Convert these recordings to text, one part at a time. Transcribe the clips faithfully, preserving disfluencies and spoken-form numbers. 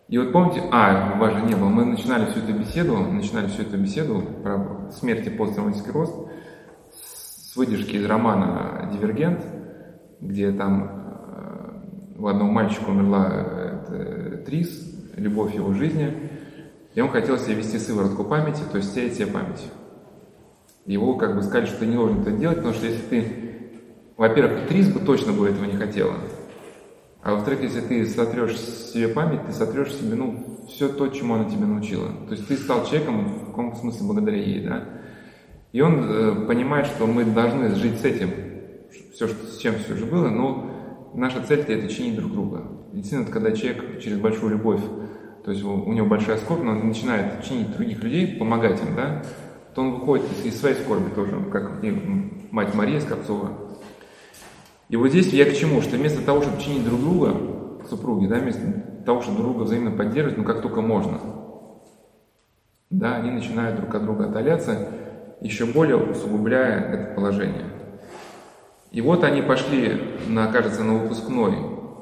И вот помните, а, вас же не было, мы начинали всю эту беседу, начинали всю эту беседу про смерть и посттравматический рост с выдержки из романа «Дивергент», где там у одного мальчика умерла это, Трис, любовь его жизни, и он хотел себе вести сыворотку памяти, то есть сеять себе память. Его как бы сказали, что ты не должен это делать, потому что если ты, во-первых, Трис бы точно бы этого не хотела, а во-вторых, если ты сотрешь себе память, ты сотрешь себе, ну, все то, чему она тебя научила. То есть ты стал человеком в каком-то смысле благодаря ей, да. И он э, понимает, что мы должны жить с этим, все, что, с чем все же было, но наша цель-то это чинить друг друга. Действительно, это когда человек через большую любовь, то есть у, у него большая скорбь, но он начинает чинить других людей, помогать им, да, то он выходит из, из своей скорби тоже, как и мать Мария Скопцова. И вот здесь я к чему? Что вместо того, чтобы чинить друг друга, супруги, да, вместо того, чтобы друг друга взаимно поддерживать, ну как только можно, да, они начинают друг от друга отдаляться, еще более усугубляя это положение. И вот они пошли, на, кажется, на выпускной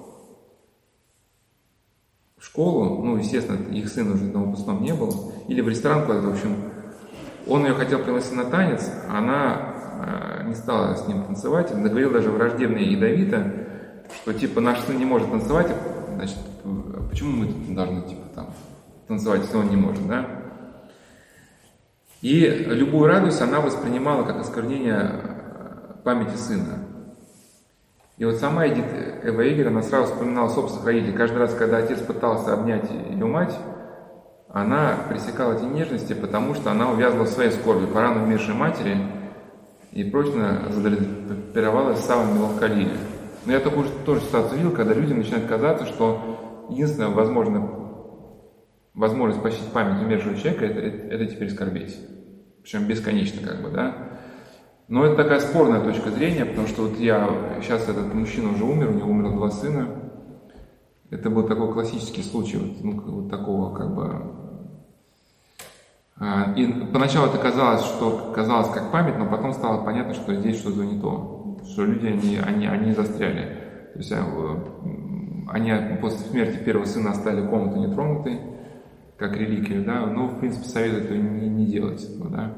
в школу, ну, естественно, их сын уже на выпускном не был, или в ресторан куда-то, в общем, он ее хотел пригласить на танец, а она не стала с ним танцевать, договорил даже враждебно и ядовито, что типа наш сын не может танцевать, значит, почему мы должны типа там танцевать, если он не может, да? И любую радость она воспринимала как осквернение памяти сына. И вот сама Эдит Эва Эггер, она сразу вспоминала собственных родителей. Каждый раз, когда отец пытался обнять ее мать, она пресекала эти нежности, потому что она увязла в своей скорби по рано умершей матери и прочно задрапировалась в самой меланхолии. Но я такую же тоже ситуацию видел, когда людям начинает казаться, что единственная возможная возможность почтить память умершего человека это, это, это теперь скорбеть. Причем бесконечно, как бы, да. Но это такая спорная точка зрения, потому что вот я, сейчас этот мужчина уже умер, у него умерло два сына. Это был такой классический случай, вот, ну, вот такого, как бы. И поначалу это казалось, что казалось как память, но потом стало понятно, что здесь что-то не то, что люди, они, они, они застряли. То есть они после смерти первого сына оставили комнату нетронутой, как реликвию, да, но, в принципе, советую это не, не делать, да.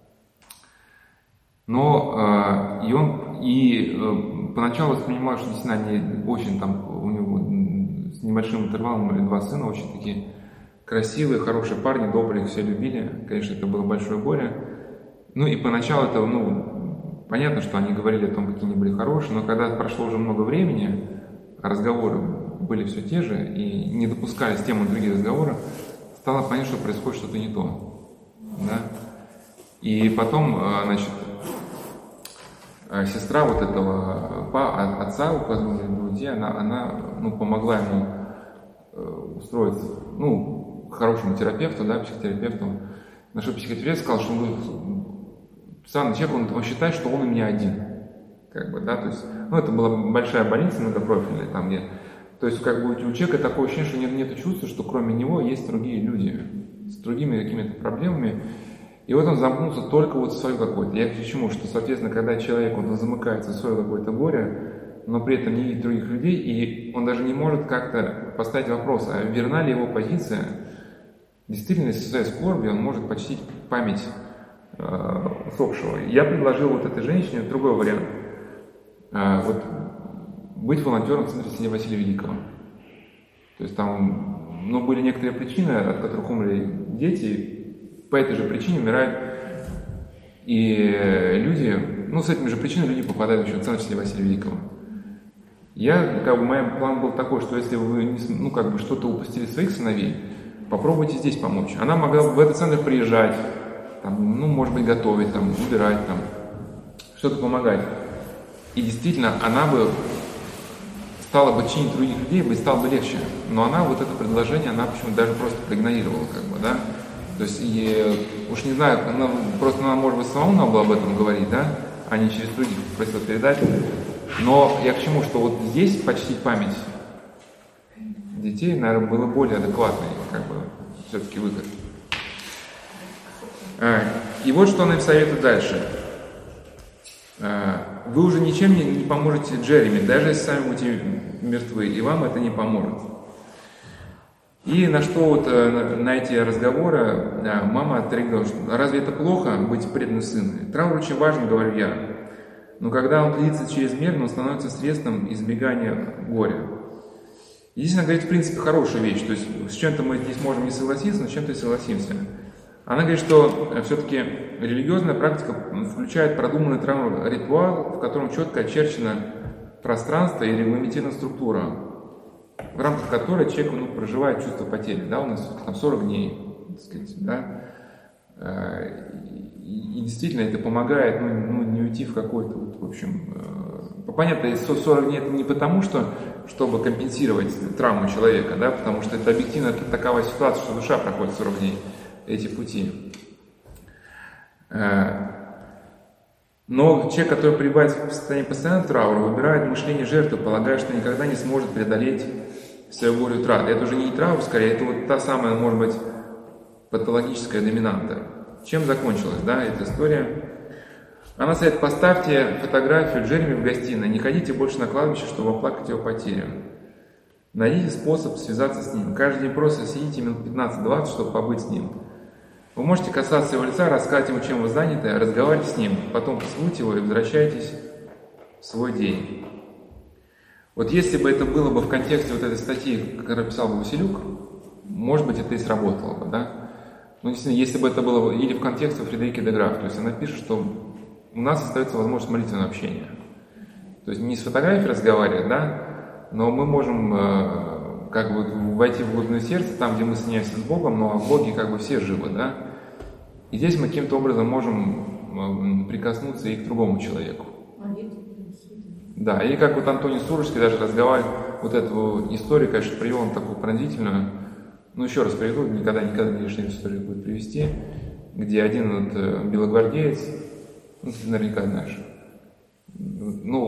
Но и он, и поначалу воспринимал, что действительно они очень там, у него с небольшим интервалом были два сына, очень такие красивые, хорошие парни, добрые, их все любили. Конечно, это было большое горе. Ну и поначалу это, ну, понятно, что они говорили о том, какие они были хорошие, но когда прошло уже много времени, разговоры были все те же, и не допускались темы другие разговоры, стало понятно, что происходит что-то не то. Да? И потом, значит, сестра вот этого отца, у которого были друзья, она, она ну, помогла ему устроиться, ну, к хорошему терапевту, да, психотерапевту. На что психотерапевт сказал, что он странный человек, он, он считает, что он у меня один. Как бы, да, то есть, ну, это была большая больница многопрофильная, там, где, то есть, как бы, у человека такое ощущение, что нет, нет чувства, что кроме него есть другие люди с другими какими-то проблемами. И вот он замкнулся только вот в свое какое-то. Я к чему? Что, соответственно, когда человек он замыкается в свое какое-то горе, но при этом не видит других людей, и он даже не может как-то поставить вопрос, а верна ли его позиция, действительно, со своей скорби он может почтить память э, усопшего. Я предложил вот этой женщине другой вариант. Э, вот быть волонтером в центре Сергея Василия Великого. То есть там, ну, были некоторые причины, от которых умерли дети. По этой же причине умирают и люди, ну, с этими же причинами люди попадают еще в центр Сергея Василия Великого. Я, как бы, мой план был такой, что если вы, ну, как бы, что-то упустили своих сыновей, попробуйте здесь помочь. Она могла в этот центр приезжать, там, ну, может быть, готовить, там, убирать, там, что-то помогать. И действительно, она бы стала бы чинить других людей, бы стало бы легче. Но она вот это предложение, она почему-то даже просто проигнорировала, как бы, да. То есть, и, уж не знаю, она, просто она, может быть, самому надо было об этом говорить, да, а не через других просила передать. Но я к чему, что вот здесь почтить память детей, наверное, было более адекватный, как бы, все-таки выход. И вот что она им советует дальше. Вы уже ничем не, не поможете Джереми, даже если сами будете мертвы, и вам это не поможет. И на что вот на эти разговоры мама отреагировала, что разве это плохо быть преданным сыну? Траур очень важен, говорю я, но когда он длится чрезмерно, он становится средством избегания горя. И здесь она говорит, в принципе, хорошую вещь, то есть с чем-то мы здесь можем не согласиться, но с чем-то и согласимся. Она говорит, что все-таки религиозная практика включает продуманный траур ритуал, в котором четко очерчено пространство и регламентирована структура, в рамках которой человек ну, проживает чувство потери. Да, у нас там сорок дней, так сказать, да. И, и действительно это помогает ну, ну, не уйти в какой-то, вот, в общем, понятно, сорок дней это не потому, что чтобы компенсировать травму человека, да, потому что это объективно такова ситуация, что душа проходит сорок дней эти пути. Но человек, который пребывает в состоянии постоянного траура, выбирает мышление жертвы, полагая, что никогда не сможет преодолеть свою боль утраты. Это уже не траур, скорее, это вот та самая, может быть, патологическая доминанта. Чем закончилась, да, эта история? Она говорит, поставьте фотографию Джереми в гостиной, не ходите больше на кладбище, чтобы оплакать его потерю. Найдите способ связаться с ним. Каждый день просто сидите минут пятнадцать-двадцать, чтобы побыть с ним. Вы можете касаться его лица, рассказать ему, чем вы заняты, разговаривать с ним, потом поцелуйте его и возвращайтесь в свой день. Вот если бы это было бы в контексте вот этой статьи, которую писал бы Василюк, может быть, это и сработало бы, да? Но действительно, если бы это было или в контексте Фредерики де Граф, то есть она пишет, что у нас остается возможность молитвенного общения. То есть не с фотографией разговаривать, да, но мы можем э, как бы войти в глубину сердца, там, где мы соединяемся с Богом, но в Боге как бы все живы, да. И здесь мы каким-то образом можем прикоснуться и к другому человеку. Да, или как вот Антоний Сурожский даже разговаривал, вот эту историю, конечно, привел он такую пронзительную, ну еще раз приведу, никогда, никогда не лишнюю историю будет привести, где один вот белогвардеец, ну, ты наверняка знаешь, ну,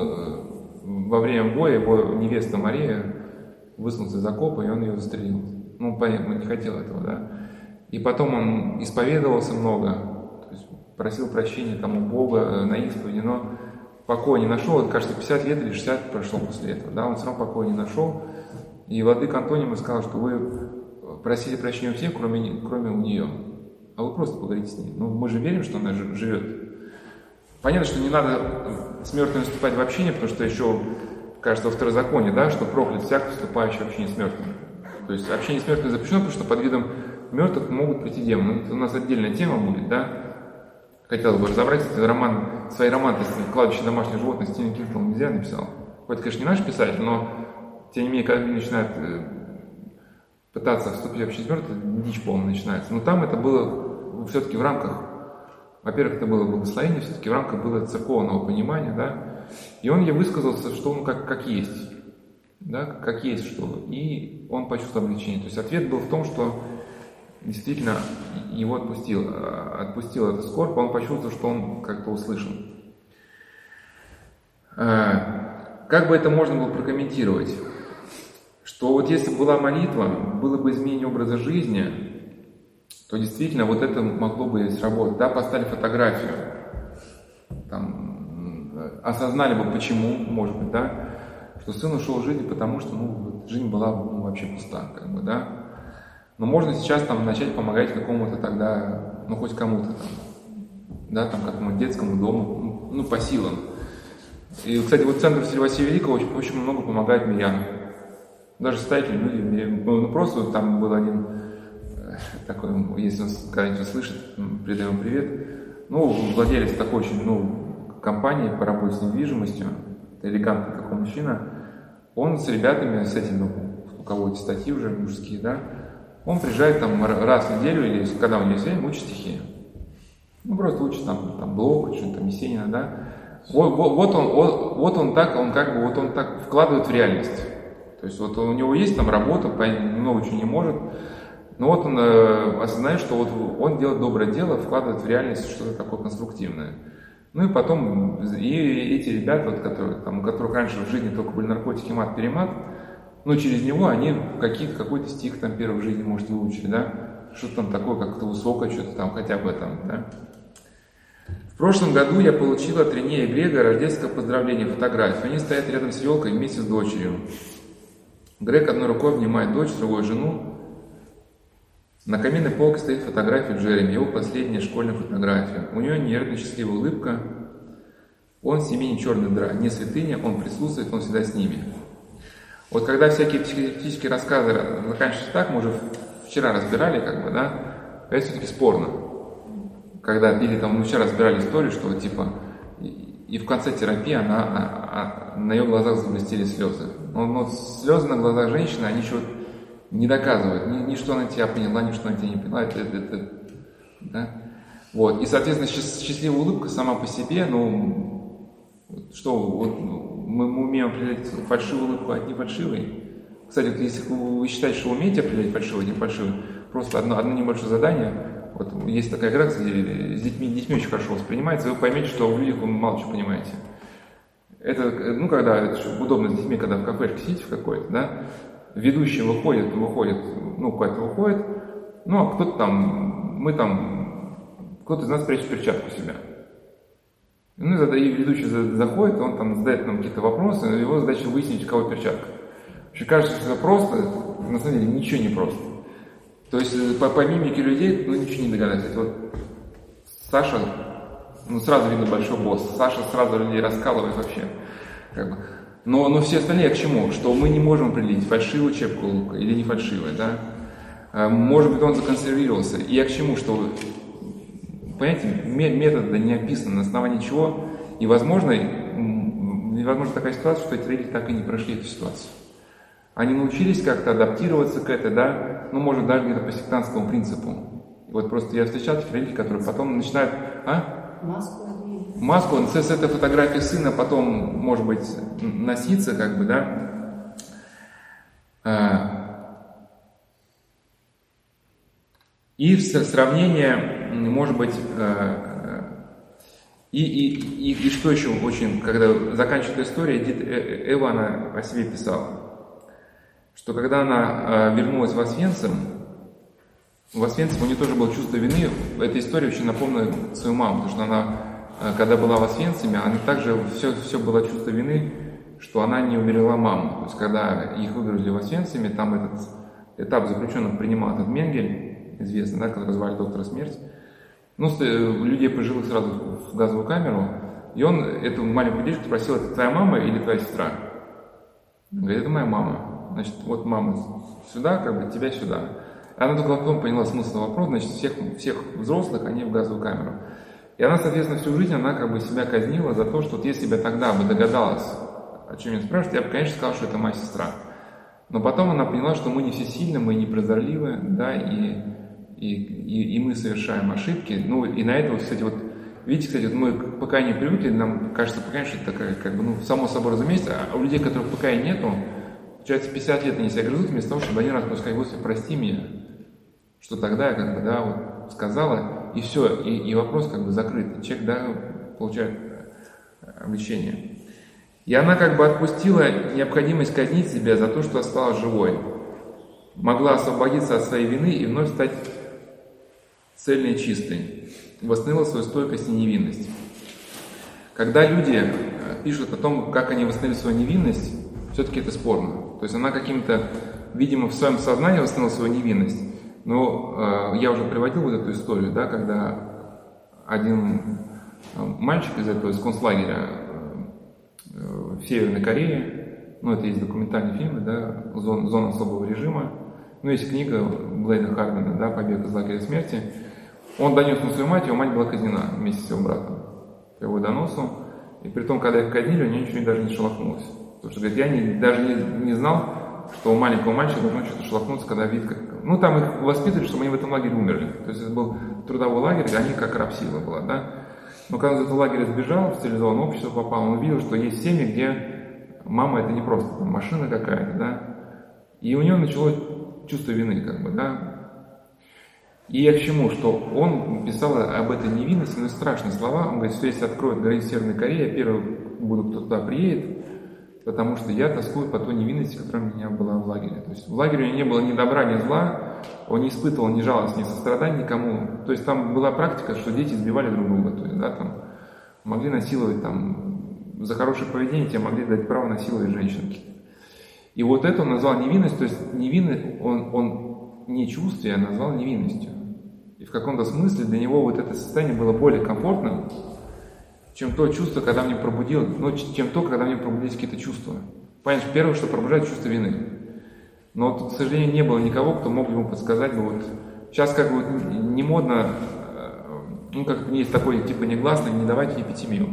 он во время боя, его невеста Мария высунулась из окопа, и он ее застрелил. Ну, понятно, не хотел этого, да. И потом он исповедовался много, то есть просил прощения там у Бога на исповеди, но покоя не нашел. Это, кажется, пятьдесят лет или шестьдесят прошло после этого, да, он все равно покоя не нашел. И владыка Антоний ему сказал, что вы просили прощения у всех, кроме, кроме у нее. А вы просто поговорите с ней. Ну, мы же верим, что она живет. Понятно, что не надо с мертвыми вступать в общение, потому что еще, кажется, во второзаконии, да, что проклят всяк, вступающий в общение с мертвыми. То есть общение с мертвыми запрещено, потому что под видом мертвых могут прийти демоны. Это у нас отдельная тема будет, да. Хотелось бы разобрать, этот роман, свои романы, «Кладбище домашних животных» Стивен Кинг нельзя написал. Это, конечно, не наш писатель, но тем не менее, когда они начинают пытаться вступить в общение с мертвыми, дичь полная начинается. Но там это было все-таки в рамках, во-первых, это было благословение, все-таки в рамках было церковного понимания, да. И он ей высказался, что он как, как есть, да, как есть что. И он почувствовал облегчение. То есть ответ был в том, что действительно его отпустил, отпустил этот скорбь, он почувствовал, что он как-то услышан. Как бы это можно было прокомментировать? Что вот если бы была молитва, было бы изменение образа жизни, то действительно вот это могло бы сработать. Да, поставили фотографию, там, осознали бы почему, может быть, да, что сын ушел из жизни, потому что ну, жизнь была ну, вообще пуста, как бы, да. Но можно сейчас там начать помогать какому-то тогда, ну хоть кому-то там, да, там какому-то детскому дому, ну, ну по силам. И, кстати, вот центр Василия Великого очень, очень много помогает мирянам. Даже состоятельные люди, ну просто там был один такой, если он когда-нибудь слышит, передаем привет, ну, владелец такой очень, ну, компании по работе с недвижимостью, элегантный такой мужчина, он с ребятами, с этими, ну, у кого эти статьи уже мужские, да, он приезжает там раз в неделю или когда у него есть время, учит стихи. Ну, просто учит там, там Блока, что-то там Есенина, да. Вот, вот, вот, он, вот, вот он так, он как бы, вот он так вкладывает в реальность. То есть вот у него есть там работа, много чего не может, но вот он э, осознает, что вот он делает доброе дело, вкладывает в реальность что-то такое конструктивное. Ну и потом, и эти ребята, вот, которые, там, у которых раньше в жизни только были наркотики, мат-перемат, ну через него они какие-то, какой-то стих там первый в жизни, может, выучили, да, что-то там такое, как-то высокое, что-то там хотя бы там, да. В прошлом году я получила от Рене и Грега рождественское поздравление, фотографию. Они стоят рядом с елкой вместе с дочерью. Грег одной рукой обнимает дочь, другой жену. На каминной полке стоит фотография Джереми, его последняя школьная фотография. У нее нервно счастливая улыбка. Он в семье не черный дра, не святыня, он присутствует, он всегда с ними. Вот когда всякие психологические рассказы заканчиваются так, мы уже вчера разбирали, как бы, да, это все-таки спорно. Когда, или там, мы вчера разбирали историю, что вот, типа, и, и в конце терапии она, а, а, на ее глазах заблестели слезы. Но, но слезы на глазах женщины, они еще не доказывают, ни, ни что она тебя поняла, ни что она тебя не поняла, это, это, это, да. Вот, и, соответственно, счастливая улыбка сама по себе, ну, что, вот, мы, мы умеем определять фальшивую улыбку от нефальшивой. Кстати, вот, если вы считаете, что вы умеете определять фальшивую от нефальшивой, просто одно, одно небольшое задание, вот есть такая игра, где с детьми, детьми очень хорошо воспринимается, вы поймете, что в людях вы мало чего понимаете. Это, ну, когда, это удобно с детьми, когда в кафешке сидите в какой-то, да, ведущий выходит, выходит, ну, куда-то выходит, ну, а кто-то там, мы там, кто-то из нас прячет перчатку себя. Ну, и ведущий заходит, он там задает нам какие-то вопросы, его задача выяснить, у кого перчатка. Вообще кажется, что это просто, на самом деле ничего не просто. То есть по, по мимике людей, ну, ничего не догадаться. Вот Саша, ну, сразу видно большой босс, Саша сразу людей раскалывает вообще. Как бы. Но, но все остальные к чему? Что мы не можем определить, фальшивую чепку лука или не фальшивая, да? Может быть, он законсервировался. И я к чему? Что, понимаете, метод да не описан, на основании чего, и возможно, невозможно такая ситуация, что эти родители так и не прошли эту ситуацию. Они научились как-то адаптироваться к этой, да, ну, может, даже где-то по сектантскому принципу. И вот просто я встречал таких родителей, которые потом начинают, а? Маску. Маску, он с, с этой фотографией сына потом, может быть, носиться, как бы, да. И в сравнение, может быть, и, и, и, и что еще очень, когда заканчивает история, Эва, она о себе писала, что когда она вернулась в Освенцим, в Освенцим у нее тоже было чувство вины. Эта история очень напомнила свою маму, потому что она, когда была в Освенциме, она также все, все было чувство вины, что она не умерила маму. То есть когда их выгрузили в Освенциме, там этот этап заключенных принимал этот Менгель, известный, да, который звали доктора смерть. Ну, людей пожилых сразу в газовую камеру, и он эту маленькую девочку спросил: это твоя мама или твоя сестра? Он говорит: это моя мама. Значит, вот мама сюда, как бы тебя сюда. Она только потом поняла смысл вопроса, значит, всех, всех взрослых они в газовую камеру. И она, соответственно, всю жизнь, она как бы себя казнила за то, что вот если бы я тогда бы догадалась, о чем я спрашиваю, я бы, конечно, сказала, что это моя сестра. Но потом она поняла, что мы не всесильны, мы не прозорливы, да, и, и, и, и мы совершаем ошибки. Ну, и на это, вот, кстати, вот, видите, кстати, вот мы к покаянию привыкли, нам кажется, покаяние, что это такая, как бы, ну, само собой разумеется, а у людей, которых покаяния нету, получается, пятьдесят лет они себя грызут, вместо того, чтобы они раз сказать: Господи, прости меня, что тогда я, как бы, да, вот, сказала, и все, и, и вопрос, как бы, закрыт. Человек, да, получает облегчение. И она, как бы, отпустила необходимость казнить себя за то, что осталась живой. Могла освободиться от своей вины и вновь стать цельной и чистой. Восстановила свою стойкость и невинность. Когда люди пишут о том, как они восстановили свою невинность, все-таки это спорно. То есть она каким-то, видимо, в своем сознании восстановила свою невинность. Но э, я уже приводил вот эту историю, да, когда один мальчик из этого, из концлагеря э, в Северной Корее, ну, это есть документальные фильмы, да, «Зона, зона особого режима», ну, есть книга Блейна Хардена, да, «Побег из лагеря смерти». Он донес на свою мать, его мать была казнена вместе с его братом по его доносу. И при том, когда их казнили, у нее ничего даже не шелохнулось. Потому что, говорит, я не, даже не, не знал, что у маленького мальчика должно что-то шелохнуться, когда видит, как... Ну, там их воспитывали, чтобы они в этом лагере умерли. То есть это был трудовой лагерь, а они как рабсила была, да. Но когда он из этого лагеря сбежал, в цивилизованное общество попал, он увидел, что есть семьи, где мама — это не просто там машина какая-то, да. И у него началось чувство вины, как бы, да. И я к чему? Что он писал об этой невинности, но страшные слова. Он говорит, что если откроют границы Северной Кореи, я первый буду, кто туда приедет, потому что я тоскую по той невинности, которая у меня была в лагере. То есть в лагере у него не было ни добра, ни зла, он не испытывал ни жалости, ни сострадания никому. То есть там была практика, что дети избивали друг друга, то есть, да, там, могли насиловать, там, за хорошее поведение тебе могли дать право насиловать женщинки. И вот это он назвал невинность, то есть невинность, он, он не чувствие, а назвал невинностью. И в каком-то смысле для него вот это состояние было более комфортным, чем то чувство, когда в нем пробудилось, ну, чем то, когда в нем пробудились какие-то чувства. Понятно, первое, что пробуждает чувство вины. Но тут, к сожалению, не было никого, кто мог ему подсказать бы вот... Сейчас как бы вот не модно, ну, как есть такой, типа, негласный, не давайте эпитемию.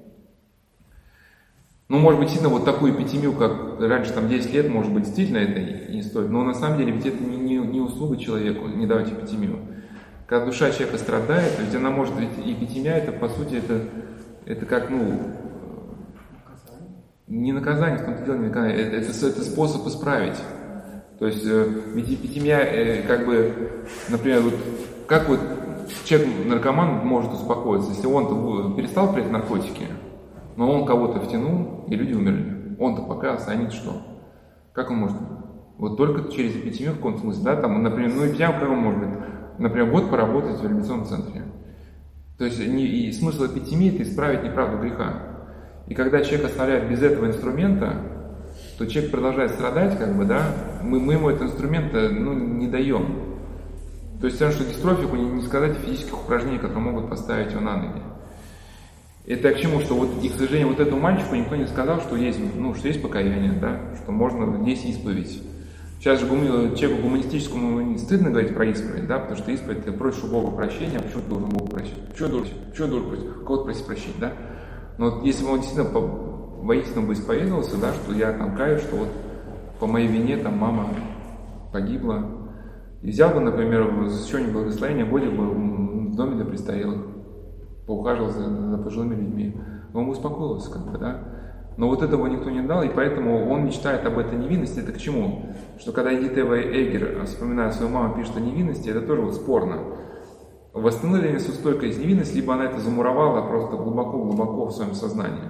Ну, может быть, сильно вот такую эпитемию, как раньше, там, десять лет, может быть, действительно это не стоит, но на самом деле ведь это не, не, не услуга человеку, не давать эпитемию. Когда душа человека страдает, ведь она может, ведь эпитемия, это, по сути, это, это как, ну, не наказание, в том-то дело, не наказание, это, это, это способ исправить. То есть, ведь эпитемия, как бы, например, вот, как вот человек-наркоман может успокоиться, если он-то перестал принять наркотики, но он кого-то втянул, и люди умерли. Он-то покаялся, а они что? Как он может? Вот только через эпитемию в каком-то смысле, да, там, например, ну эпитемия, как он может быть? Например, год поработать в реабилитационном центре. То есть не, и смысл эпитемии – это исправить неправду греха. И когда человек оставляет без этого инструмента, то человек продолжает страдать, как бы, да, мы, мы ему этого инструмента, ну, не даем. То есть, все равно, что дистрофику не, не сказать физических упражнений, которые могут поставить его на ноги. Это к чему, что вот, и, к сожалению, вот этому мальчику никто не сказал, что есть, ну, что есть покаяние, да, что можно, есть исповедь. Сейчас же человеку гуманистическому не стыдно говорить про исповедь, да, потому что исповедь, ты просишь у Бога прощения, а почему ты должен Бога прощать? Почему должен, почему должен просить? Кого-то просить прощения, да? Но вот если бы он действительно по, воистину бы исповедовался, да, что я там каюсь, что вот по моей вине там мама погибла, и взял бы, например, с чего-нибудь благословения, Бога бы в доме для престарелых, поухаживал за, за пожилыми людьми, но он бы успокоился, как бы, да. Но вот этого никто не дал, и поэтому он мечтает об этой невинности. Это к чему? Что когда Эдит Эва Эггер, вспоминая свою маму, пишет о невинности, это тоже вот спорно. Восстановили ли свою стойкость невинность, либо она это замуровала просто глубоко-глубоко в своем сознании.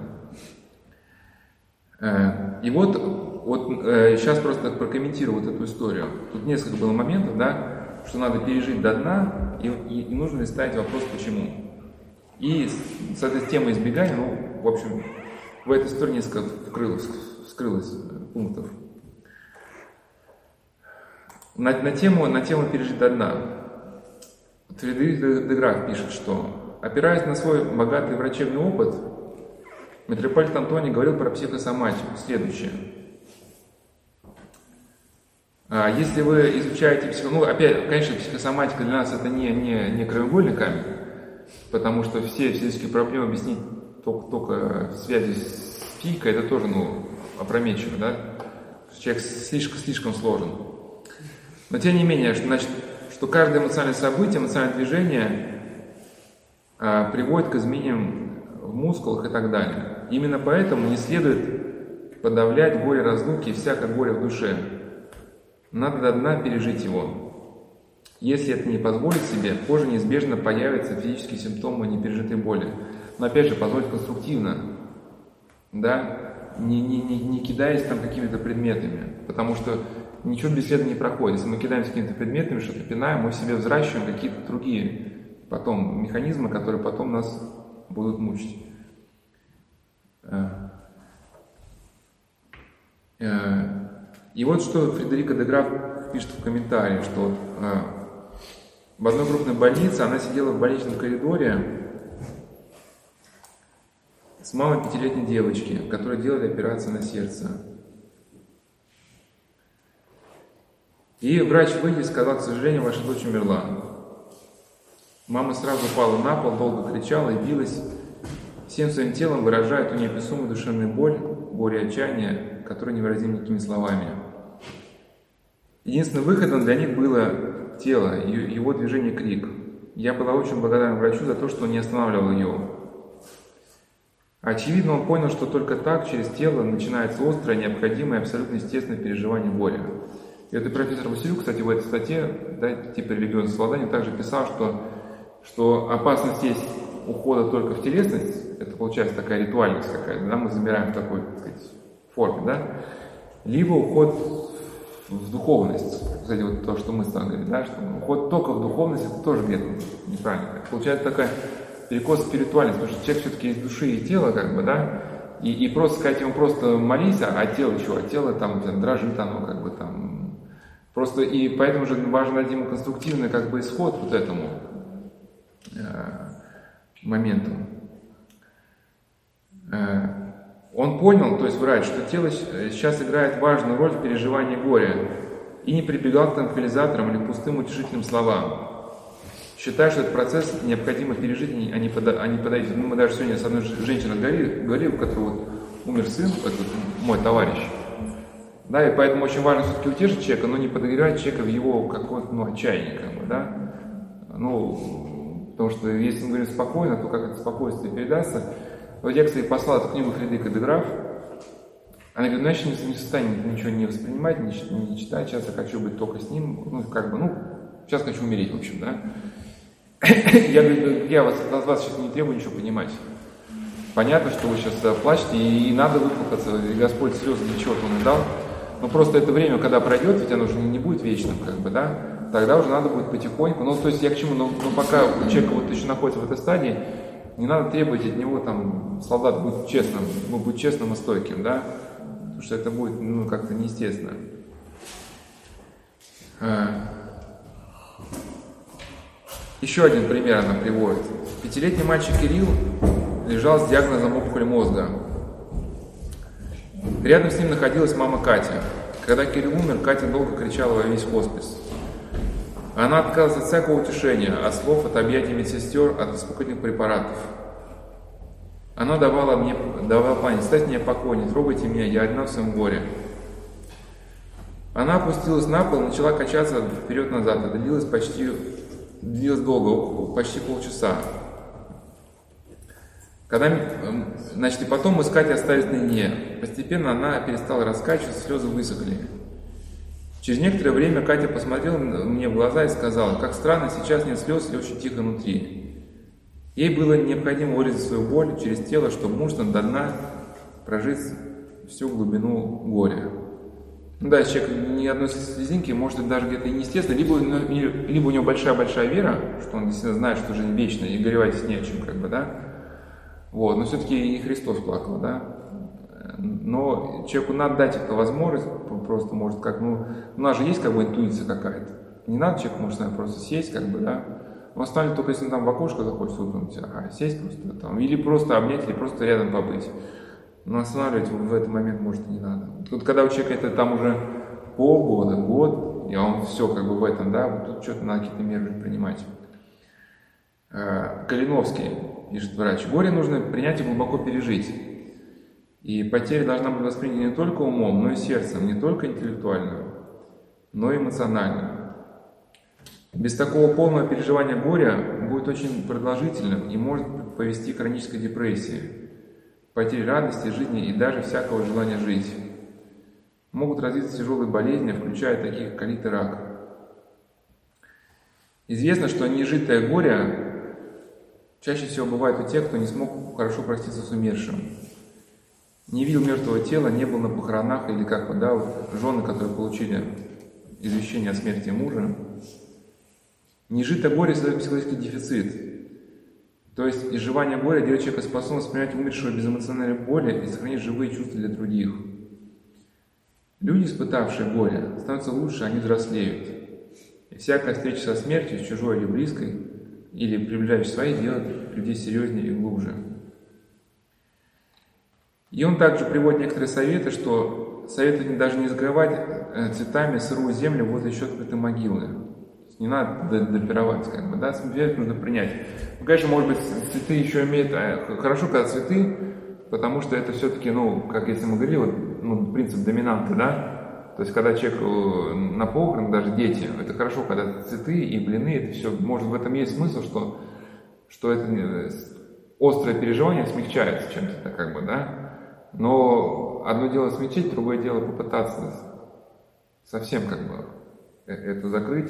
И вот, вот сейчас просто прокомментирую вот эту историю. Тут несколько было моментов, да, что надо пережить до дна, и, и, и нужно ли ставить вопрос «почему?». И с этой темой избегания, ну, в общем, в этой истории несколько вскрылось, вскрылось пунктов. На, на, тему, на тему «пережить до дна». Фредерик де Граф пишет, что, опираясь на свой богатый врачебный опыт, митрополит Антоний говорил про психосоматику следующее. А если вы изучаете психосоматику, ну, опять, конечно, психосоматика для нас это не, не, не краеугольный камень, потому что все физические проблемы объяснить только, только в связи с психикой, это тоже, ну, опрометчиво, да? Человек слишком, слишком сложен. Но тем не менее, что, значит, что каждое эмоциональное событие, эмоциональное движение а, приводит к изменениям в мускулах и так далее. Именно поэтому не следует подавлять горе разлуки и всякое горе в душе. Надо до дна пережить его. Если это не позволить себе, позже неизбежно появятся физические симптомы непережитой боли. Но опять же, позволить конструктивно, да, не, не, не, не кидаясь там какими-то предметами, потому что ничего бесследно не проходит. Если мы кидаемся какими-то предметами, что-то пинаем, мы в себе взращиваем какие-то другие потом механизмы, которые потом нас будут мучить. И вот что Фредерика де Граф пишет в комментарии, что в одной крупной больнице она сидела в больничном коридоре с мамой пятилетней девочки, которые делали операцию на сердце. И врач, выйдя, сказал: к сожалению, ваша дочь умерла. Мама сразу упала на пол, долго кричала и билась, всем своим телом выражая ту неописуемую душевную боль, горе и отчаяние, которое невыразимо никакими словами. Единственным выходом для них было тело, его движение, крик. Я была очень благодарна врачу за то, что он не останавливал ее. Очевидно, он понял, что только так, через тело, начинается острое, необходимое, абсолютно естественное переживание боли. И это профессор Василюк, кстати, в этой статье, да, типа религиозного совладания, также писал, что, что опасность есть ухода только в телесность, это получается такая ритуальность какая-то, да, мы замираем в такой, так сказать, форме, да, либо уход в духовность, кстати, вот то, что мы с вами говорим, да, что уход только в духовность, это тоже где-то неправильно. Получается такая перекос в спиритуальность, потому что человек все-таки из души и тела, как бы, да, И, и просто сказать ему просто молись, а тело что? А тело там дрожит, оно как бы там... Просто и поэтому же важно дать ему конструктивный как бы исход вот этому э, моменту. Э, он понял, то есть врач, что тело сейчас играет важную роль в переживании горя и не прибегал к транквилизаторам или пустым утешительным словам. Считаю, что этот процесс необходимо пережить, а не, пода- а не подойти. Ну, мы даже сегодня с одной женщиной говорили, говорили, у которой вот умер сын, это вот мой товарищ. Да, и поэтому очень важно все-таки утешить человека, но не подогревать человека в его какое-то ну, отчаяние, как бы, да. Ну, потому что если мы говорим спокойно, то как это спокойствие передастся. Вот я, кстати, послал эту книгу Фредерика де Граф. Она говорит, ну я сейчас не в состоянии ничего не воспринимать, не, не читать, сейчас я хочу быть только с ним, ну, как бы, ну, сейчас хочу умереть, в общем, да. Я говорю, я вас, от вас сейчас не требую ничего понимать. Понятно, что вы сейчас плачете, и надо выплакаться, и Господь слезы для чего-то Он и дал. Но просто это время, когда пройдет, ведь оно уже не будет вечным, как бы, да, тогда уже надо будет потихоньку. Ну, то есть я к чему, ну, ну пока человек вот еще находится в этой стадии, не надо требовать от него, там, солдат, будь честным, будь честным и стойким, да, потому что это будет, ну, как-то неестественно. Еще один пример она приводит. Пятилетний мальчик Кирилл лежал с диагнозом опухоль мозга. Рядом с ним находилась мама Катя. Когда Кирилл умер, Катя долго кричала во весь хоспис. Она отказалась от всякого утешения, от слов, от объятий медсестер, от успокоительных препаратов. Она давала мне, давала память, ставьте меня покой, не трогайте меня, я одна в своем горе. Она опустилась на пол, начала качаться вперед-назад. Это длилось почти, длилось долго, почти полчаса. Когда, значит, и потом мы с Катей остались наедине. Постепенно она перестала раскачиваться, слезы высохли. Через некоторое время Катя посмотрела мне в глаза и сказала, как странно, сейчас нет слез и очень тихо внутри. Ей было необходимо вырезать свою боль через тело, чтобы мужественно до дна прожить всю глубину горя. Ну да, если человек ни одной слезинки, может, это даже где-то неестественно, либо, либо у него большая-большая вера, что он действительно знает, что жизнь вечна, и горевать здесь не о чем, как бы, да. Вот, но все-таки и Христос плакал, да. Но человеку надо дать эту возможность, просто может как, ну, у нас же есть как бы интуиция какая-то. Не надо, человек может, наверное, просто сесть, как бы, да. Он останется только, если он там в окошко захочет выглянуть, а сесть просто там, или просто обнять, или просто рядом побыть. Но останавливать в этот момент, может, и не надо. Вот когда у человека это там уже полгода, год, и он все как бы в этом, да, вот тут что-то надо какие-то меры принимать. Калиновский пишет врач, горе нужно принять и глубоко пережить. И потеря должна быть воспринята не только умом, но и сердцем, не только интеллектуально, но и эмоционально. Без такого полного переживания горя будет очень продолжительным и может повести к хронической депрессии, потере радости жизни и даже всякого желания жить. Могут развиться тяжелые болезни, включая такие как колит и рак. Известно, что нежитое горе чаще всего бывает у тех, кто не смог хорошо проститься с умершим. Не видел мертвого тела, не был на похоронах, или как бы, да, вот жены, которые получили извещение о смерти мужа. Нежитое горе создает психологический дефицит. То есть изживание горя делает человека способным воспринимать умершего без эмоциональной боли и сохранить живые чувства для других. Люди, испытавшие горе, становятся лучше, они взрослеют. И всякая встреча со смертью, с чужой или близкой, или приближающей своей, делает людей серьезнее и глубже. И он также приводит некоторые советы, что советует даже не закрывать цветами сырую землю возле еще открытой могилы. Не надо допировать, как бы, да, смерть нужно принять. Ну, конечно, может быть, цветы еще имеют... Хорошо, когда цветы, потому что это все-таки, ну, как если мы говорили, вот, ну, принцип доминанты, да, то есть, когда человек на похоронах, даже дети, это хорошо, когда цветы и блины, это все, может, в этом есть смысл, что, что это острое переживание смягчается чем-то, как бы, да, но одно дело смягчить, другое дело попытаться совсем, как бы, это закрыть.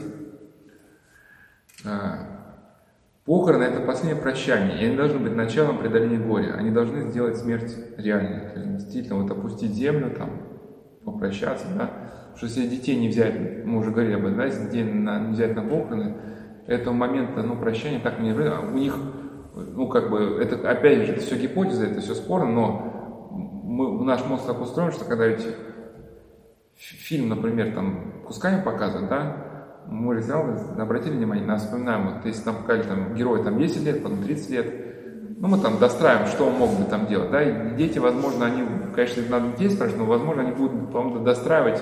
Похороны – это последнее прощание, и они должны быть началом преодоления горя. Они должны сделать смерть реальной. То есть, действительно, вот опустить землю, там, попрощаться, да. Потому что если детей не взять, мы уже говорили об этом, да, если детей не взять на похороны, этого момента, ну, прощания так не... У них, ну, как бы, это, опять же, это все гипотеза, это все спорно, но мы, наш мозг так устроен, что когда ведь фильм, например, там кусками показывают, да, мы взяли, обратили внимание, нас вспоминаем, вот если там показали, там, герой там десять лет, потом тридцать лет, ну, мы там достраиваем, что он мог бы там делать, да, и дети, возможно, они, конечно, надо детей спрашивать, но, возможно, они будут, по-моему, достраивать,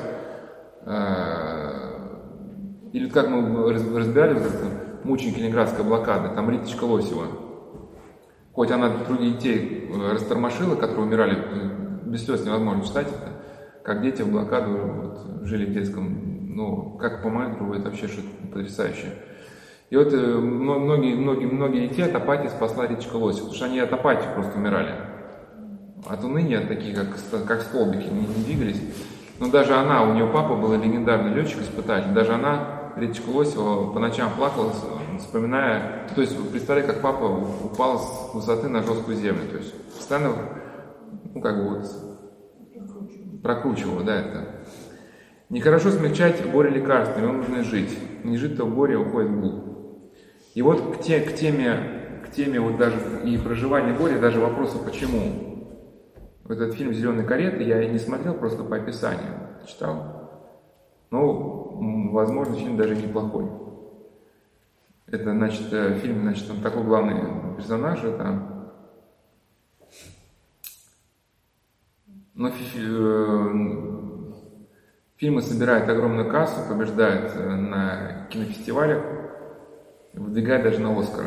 э, или как мы разбирали вот это «Мученики Ленинградской блокады», там Риточка Лосева, хоть она других детей растормошила, которые умирали, без слез невозможно читать это, как дети в блокаду вот, жили в детском, ну, как по Майнкрафту, это вообще что-то потрясающее. И вот многие, многие, многие детей от апатии спасла Риточка Лосева, потому что они от апатии просто умирали. От уныния, такие как, как столбики, не, не двигались. Но даже она, у нее папа был легендарный летчик-испытатель, даже она, Риточка Лосева, по ночам плакала, вспоминая, то есть представляю, как папа упал с высоты на жесткую землю, то есть постоянно, ну как бы вот прокручивала, да, это. Нехорошо смягчать горе лекарствами, ему нужно жить. Не жить-то в горе уходит в глубь. И вот к, те, к теме, к теме вот даже и проживания горя, даже вопроса почему. Вот этот фильм «Зеленые кареты» я и не смотрел, просто по описанию читал. Но, возможно, фильм даже неплохой. Это, значит, фильм, значит, там такой главный персонаж, это... Но фильмы собирают огромную кассу, побеждают на кинофестивалях, выдвигают даже на Оскара.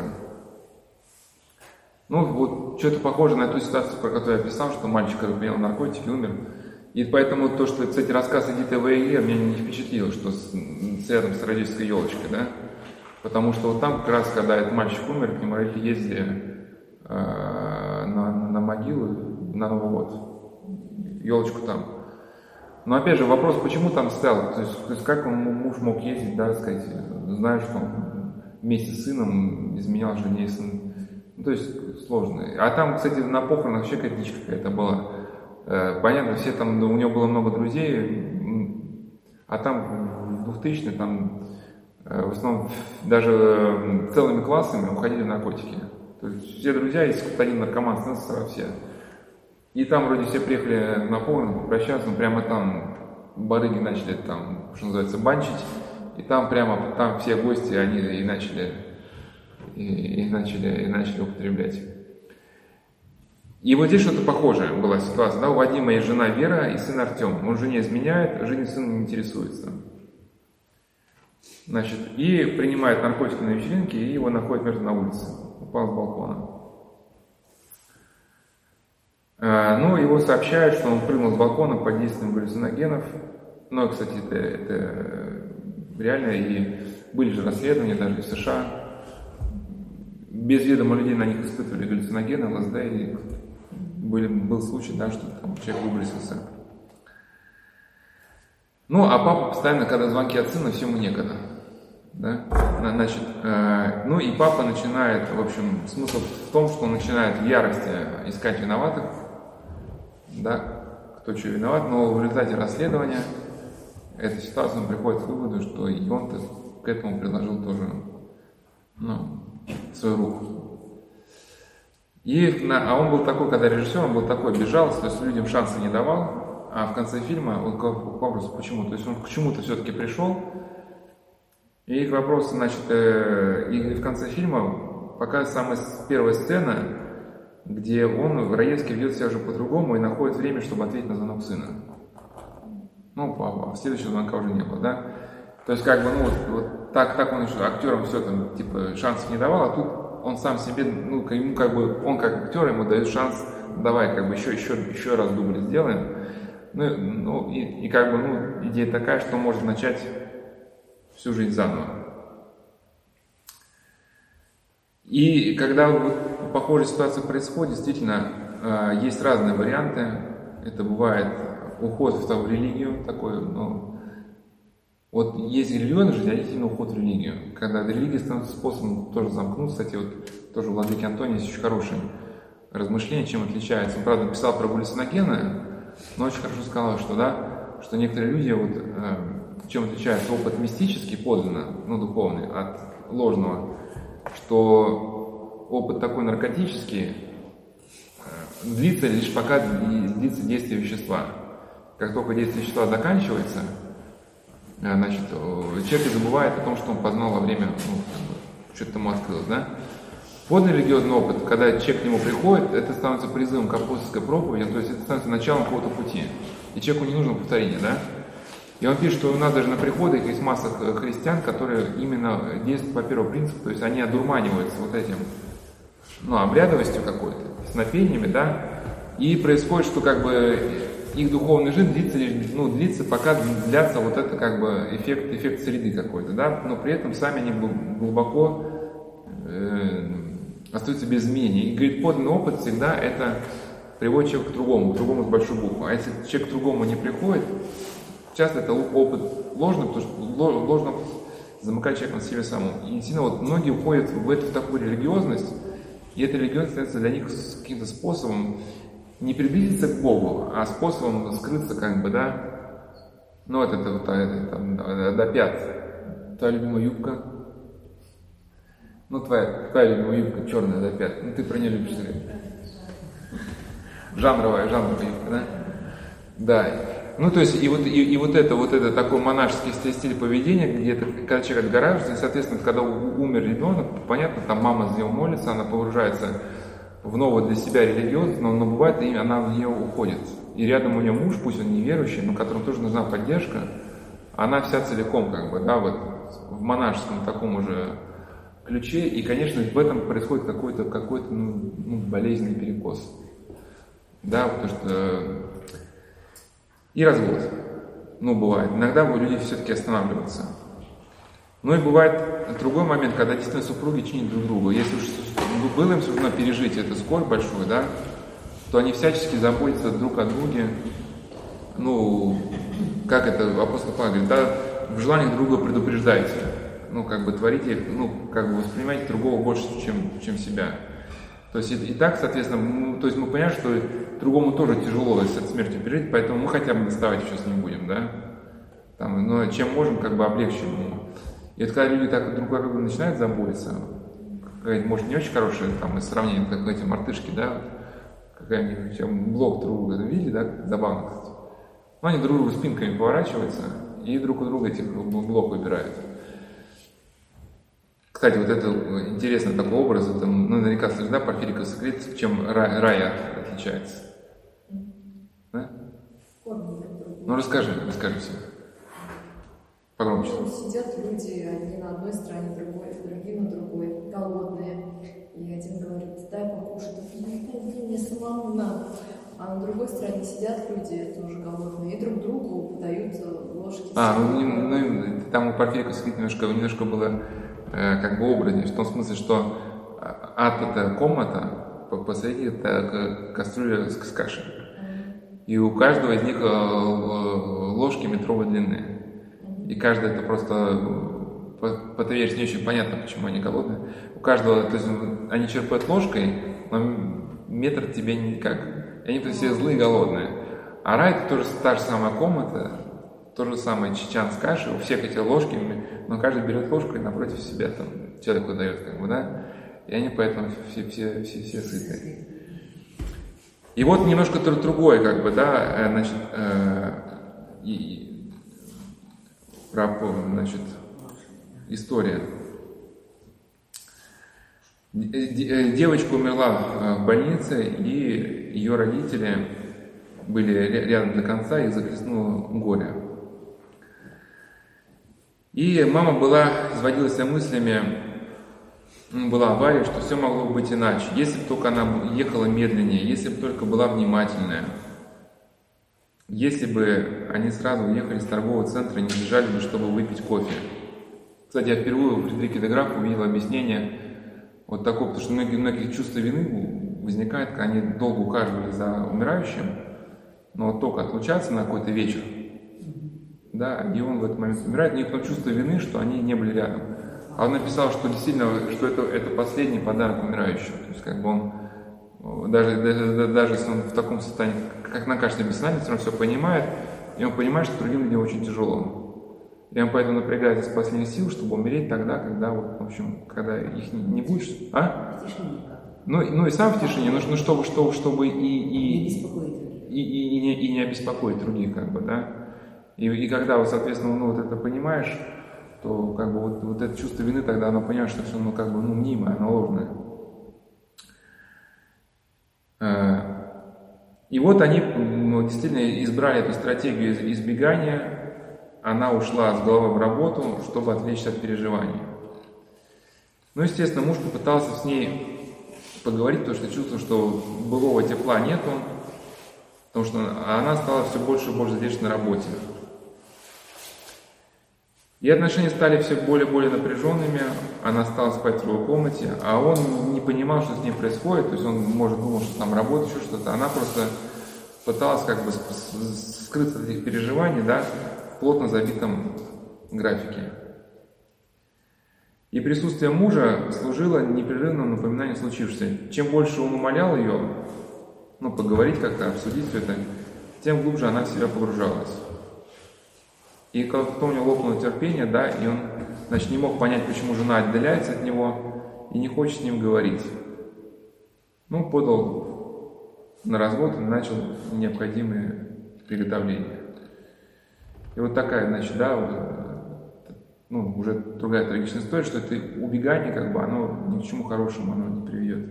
Ну, вот что-то похоже на ту ситуацию, про которую я писал, что мальчик принял наркотики, умер. И поэтому то, что, кстати, рассказ Эдиты Вейер меня не впечатлило, что с, с рядом с родительской елочкой, да? Потому что вот там как раз, когда этот мальчик умер, к нему родители ездили э, на, на могилу на Новый год. Елочку там. Но опять же вопрос, почему там стоял, то есть, то есть как он, муж мог ездить, да, сказать, зная, что он вместе с сыном изменял жене и сын. Ну, то есть сложно. А там, кстати, на похоронах вообще какая-то дичь какая-то была. Э, понятно, все там, у него было много друзей, а там в двухтысячные там э, в основном даже целыми классами уходили в наркотики. То есть все друзья, если кто-то один наркоман, становится все. И там вроде все приехали на похороны попрощаться, но прямо там барыги начали там, что называется, банчить. И там прямо, там все гости, они и начали, и, и начали, и начали употреблять. И вот здесь что-то похожее была ситуация. Да? У Вадима есть жена Вера и сын Артем. Он жене изменяет, жене сын не интересуется. Значит, и принимает наркотики на вечеринке, и его находят мертвым на улице. Упал с балкона. Ну, его сообщают, что он прыгнул с балкона под действием галлюциногенов. Ну, кстати, это, это реально, и были же расследования даже в США. Без ведома людей на них испытывали галлюциногены, ЛСД, и были, был случай, да, что там человек выбросился. Ну, а папа постоянно, когда звонки от сына, всему некогда. Да? Значит, э, ну и папа начинает, в общем, смысл в том, что он начинает в ярости искать виноватых, да, кто что виноват, но в результате расследования этой ситуации он приходит к выводу, что и он-то к этому приложил тоже, ну, свою руку. И, а он был такой, когда режиссер, он был такой безжалостный, то есть людям шанса не давал, а в конце фильма, он к вопросу, почему, то есть он к чему-то все-таки пришел, и к вопросу, значит, э, и в конце фильма показывается самая первая сцена, где он, Раевский, ведет себя уже по-другому и находит время, чтобы ответить на звонок сына. Ну, папа, следующего звонка уже не было, да? То есть, как бы, ну, вот, вот так, так он еще актерам все там, типа, шансов не давал, а тут он сам себе, ну, ему как бы, он как актер, ему дает шанс, давай, как бы, еще, еще, еще раз дубль сделаем. Ну, ну и, и как бы, ну, идея такая, что он может начать всю жизнь заново. И когда вот похожая ситуация происходит, действительно, есть разные варианты. Это бывает уход в религию такой, ну, вот есть религиозная жизнь, а есть именно уход в религию. Когда религия становится способом тоже замкнуться. Кстати, вот тоже у владыки Антония есть очень хорошее размышление, чем отличается. Он, правда, писал про галлюциногены, но очень хорошо сказал, что, да, что некоторые люди, вот, чем отличается опыт мистический, подлинно, ну, духовный, от ложного, что опыт такой наркотический, длится лишь пока длится действие вещества. Как только действие вещества заканчивается, значит, человек забывает о том, что он познал во время, ну, что-то ему открылось, да? Подлинный религиозный опыт, когда человек к нему приходит, это становится призывом к апостольской проповеди, то есть это становится началом какого-то пути. И человеку не нужно повторение, да? И он пишет, что у нас даже на приходах есть масса христиан, которые именно действуют по первому принципу, то есть они одурманиваются вот этим, ну, обрядовостью какой-то, снопениями, да, и происходит, что как бы их духовная жизнь длится лишь, ну, длится, пока длятся вот это как бы эффект, эффект среды какой-то, да, но при этом сами они глубоко э, остаются без изменений. И говорит, подлинный опыт всегда это приводит человека к другому, к другому с большой буквы. А если человек к другому не приходит, часто это опыт ложный, потому что ложный опыт замыкает человека на себе самому. И действительно, вот многие уходят в эту в такую религиозность, и эта религиозность становится для них каким-то способом не приблизиться к Богу, а способом скрыться, как бы, да. Ну, вот это вот это, там, до пят. Твоя любимая юбка. Ну, твоя, твоя любимая юбка черная до пят. Ну, ты про нее любишь говорить. Жанровая, жанровая юбка, да? Да. Ну, то есть, и вот, и, и вот это, вот это такой монашеский стиль поведения, где это, когда человек отгораживается, и, соответственно, когда умер ребенок, понятно, там мама за него молится, она погружается в новую для себя религиозность, но, но бывает, и она в нее уходит. И рядом у нее муж, пусть он неверующий, но которому тоже нужна поддержка, она вся целиком, как бы, да, вот в монашеском таком уже ключе, и, конечно, в этом происходит какой-то, какой-то, ну, ну, болезненный перекос. Да, потому что и развод. Ну, бывает. Иногда люди все-таки останавливаются. Ну и бывает другой момент, когда действительно супруги чинят друг друга. Если уж было им суждено пережить эту скорбь большую, да, то они всячески заботятся друг о друге. Ну, как это апостол Павел говорит, да, в желаниях друга предупреждайте. Ну, как бы творите, ну, как бы воспринимайте другого больше, чем, чем себя. То есть и, и так, соответственно, мы, то есть мы понимаем, что другому тоже тяжело с этой смертью пережить, поэтому мы хотя бы доставать сейчас не будем, да. Там, но чем можем, как бы облегчим ему. И вот когда люди так друг о друге начинают заботиться, какая-нибудь, может, не очень хорошая, там, из сравнения, как эти мартышки, да, какая-нибудь блок друг друга видели, да, забавно, кстати. Но они друг другу спинками поворачиваются и друг у друга этих блок выбирают. Кстати, вот это интересный такой образ, это, ну, наверняка слышно, да, Порфириков секрет, чем рай, рай отличается. Да? Ну, расскажи, расскажи все. Погромче. Сидят люди, одни на одной стороне, другой, другие на другой, голодные. И один говорит, дай покушать, мне самому надо. А на другой стороне сидят люди, тоже голодные, и друг другу подают ложки. А, ну, ну там у Порфирикова секрет немножко, немножко было э, как бы образнее, в том смысле, что ад — это комната, посреди это кастрюля с кашей. И у каждого из них ложки метровой длины. И каждый это просто, по твоей версии, не очень понятно, почему они голодные. У каждого, то есть они черпают ложкой, но метр тебе никак. И они все злые и голодные. А рай — это тоже та же самая комната, то же самое чичан с кашей, у всех эти ложки, но каждый берет ложку и напротив себя там человеку дает, как бы, да. И они поэтому все, все, все, все сытые. И вот немножко другое, как бы, да, значит, э, и, про, значит, история. Девочка умерла в больнице, и ее родители были рядом до конца, их захлестнуло горе. И мама была, изводила себя мыслями, была авария, что все могло быть иначе, если бы только она ехала медленнее, если бы только была внимательная. Если бы они сразу уехали с торгового центра и не бежали бы, чтобы выпить кофе. Кстати, я впервые у Фредерики де Графа увидел объяснение вот такое, потому что многие, многие чувства вины возникает, когда они долго ухаживали за умирающим, но вот только отлучаться на какой-то вечер, да, и он в этот момент умирает, у них потом чувство вины, что они не были рядом. А он написал, что действительно, что это, это последний подарок умирающему. То есть, как бы он, даже, даже, даже если он в таком состоянии, как нам кажется, бессознательно, все равно все понимает, и он понимает, что другим людям очень тяжело. И он поэтому напрягается из последних сил, чтобы умереть тогда, когда, вот, в общем, когда их не, не будет. А? Ну, ну и сам в тишине, ну, ну чтобы, чтобы, чтобы и, и, и, и, и, и, не, и не обеспокоить других, как бы, да. И, и когда, вот, соответственно, ну, вот это понимаешь, то как бы вот, вот это чувство вины тогда оно понимаешь, что все, ну, как бы, ну, мнимое, оно ложное. И вот они ну, действительно избрали эту стратегию избегания. Она ушла с головы в работу, чтобы отвлечься от переживаний. Ну, естественно, муж попытался с ней поговорить, потому что чувствовал, что былого тепла нету, потому что она стала все больше и больше задержана на работе. И отношения стали все более и более напряженными, она стала спать в другой комнате, а он не понимал, что с ней происходит, то есть он, может, думал, что там работа, еще что-то. Она просто пыталась как бы скрыться от этих переживаний, да, в плотно забитом графике. И присутствие мужа служило непрерывным напоминанием случившегося. Чем больше он умолял ее, ну, поговорить как-то, обсудить все это, тем глубже она в себя погружалась. И как потом у него лопнуло терпение, да, и он, значит, не мог понять, почему жена отдаляется от него и не хочет с ним говорить. Ну, подал на развод и начал необходимые приготовления. И вот такая, значит, да, вот, ну, уже другая трагичная история, что это убегание, как бы, оно ни к чему хорошему оно не приведет.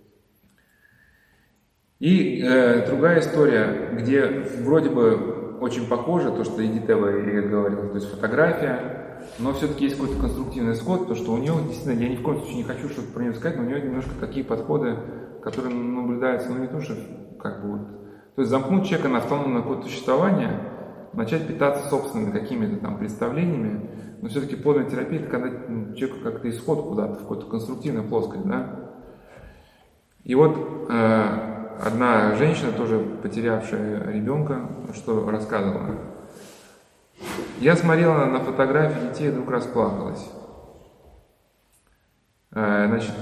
И э, другая история, где вроде бы очень похоже, то, что Эдит Эва говорила, то есть фотография, но все-таки есть какой-то конструктивный исход, то, что у нее, действительно, я ни в коем случае не хочу что-то про нее сказать, но у нее немножко такие подходы, которые наблюдаются, ну не то, что как бы вот, то есть замкнуть человека на автономное какое-то существование, начать питаться собственными какими-то там представлениями, но все-таки подлинная терапия, это когда человеку как-то исход куда-то, в какую-то конструктивную плоскость, да. И вот э, одна женщина, тоже потерявшая ребенка, что рассказывала. Я смотрела на фотографии детей и вдруг расплакалась. Значит,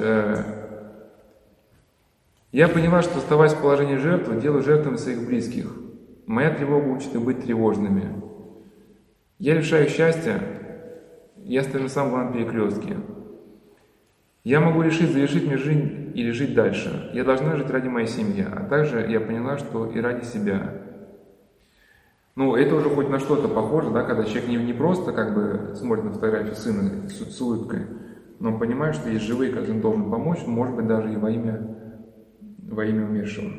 я поняла, что, оставаясь в положении жертвы, делаю жертвами своих близких. Моя тревога учит их быть тревожными. Я лишаю счастья, я стою на самом главном перекрестке. Я могу решить, завершить мне жизнь или жить дальше. Я должна жить ради моей семьи, а также я поняла, что и ради себя. Ну, это уже хоть на что-то похоже, да, когда человек не, не просто как бы смотрит на фотографию сына с, с улыбкой, но он понимает, что есть живые, которым он должен помочь, может быть, даже и во имя, во имя умершего.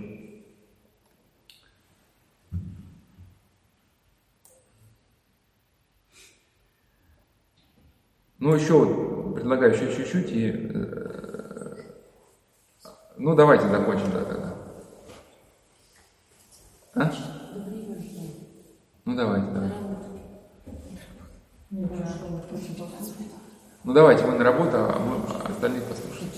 Ну, еще вот, предлагаю еще чуть-чуть и... Ну, давайте закончим, да, тогда. А? Ну, давайте, давайте. Ну, давайте, мы на работу, а мы остальных послушаем.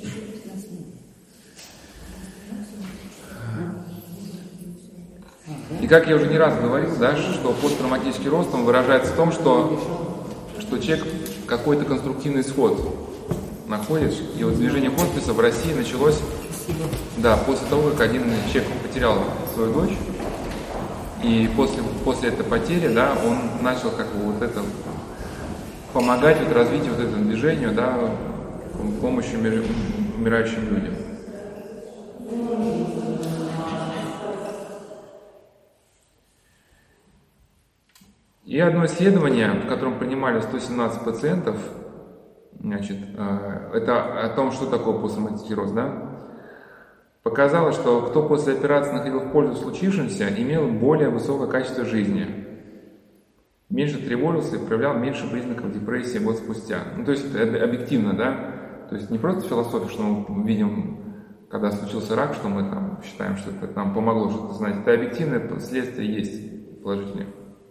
И как я уже не раз говорил, да, что посттравматический рост, он выражается в том, что, что человек какой-то конструктивный исход находит. И вот движение хосписа в России началось, да, после того, как один человек потерял свою дочь, и после, после этой потери, да, он начал как бы вот это помогать вот развитию вот этому движению, да, помощью умирающим людям. И одно исследование, в котором принимали сто семнадцать пациентов, значит, это о том, что такое посттравматический рост, да, показало, что кто после операции находил в пользу случившемся, имел более высокое качество жизни, меньше тревожился и проявлял меньше признаков депрессии год спустя. Ну, то есть это объективно, да, то есть не просто философия, что мы видим, когда случился рак, что мы там считаем, что это нам помогло что-то знать, это объективное следствие есть положительное.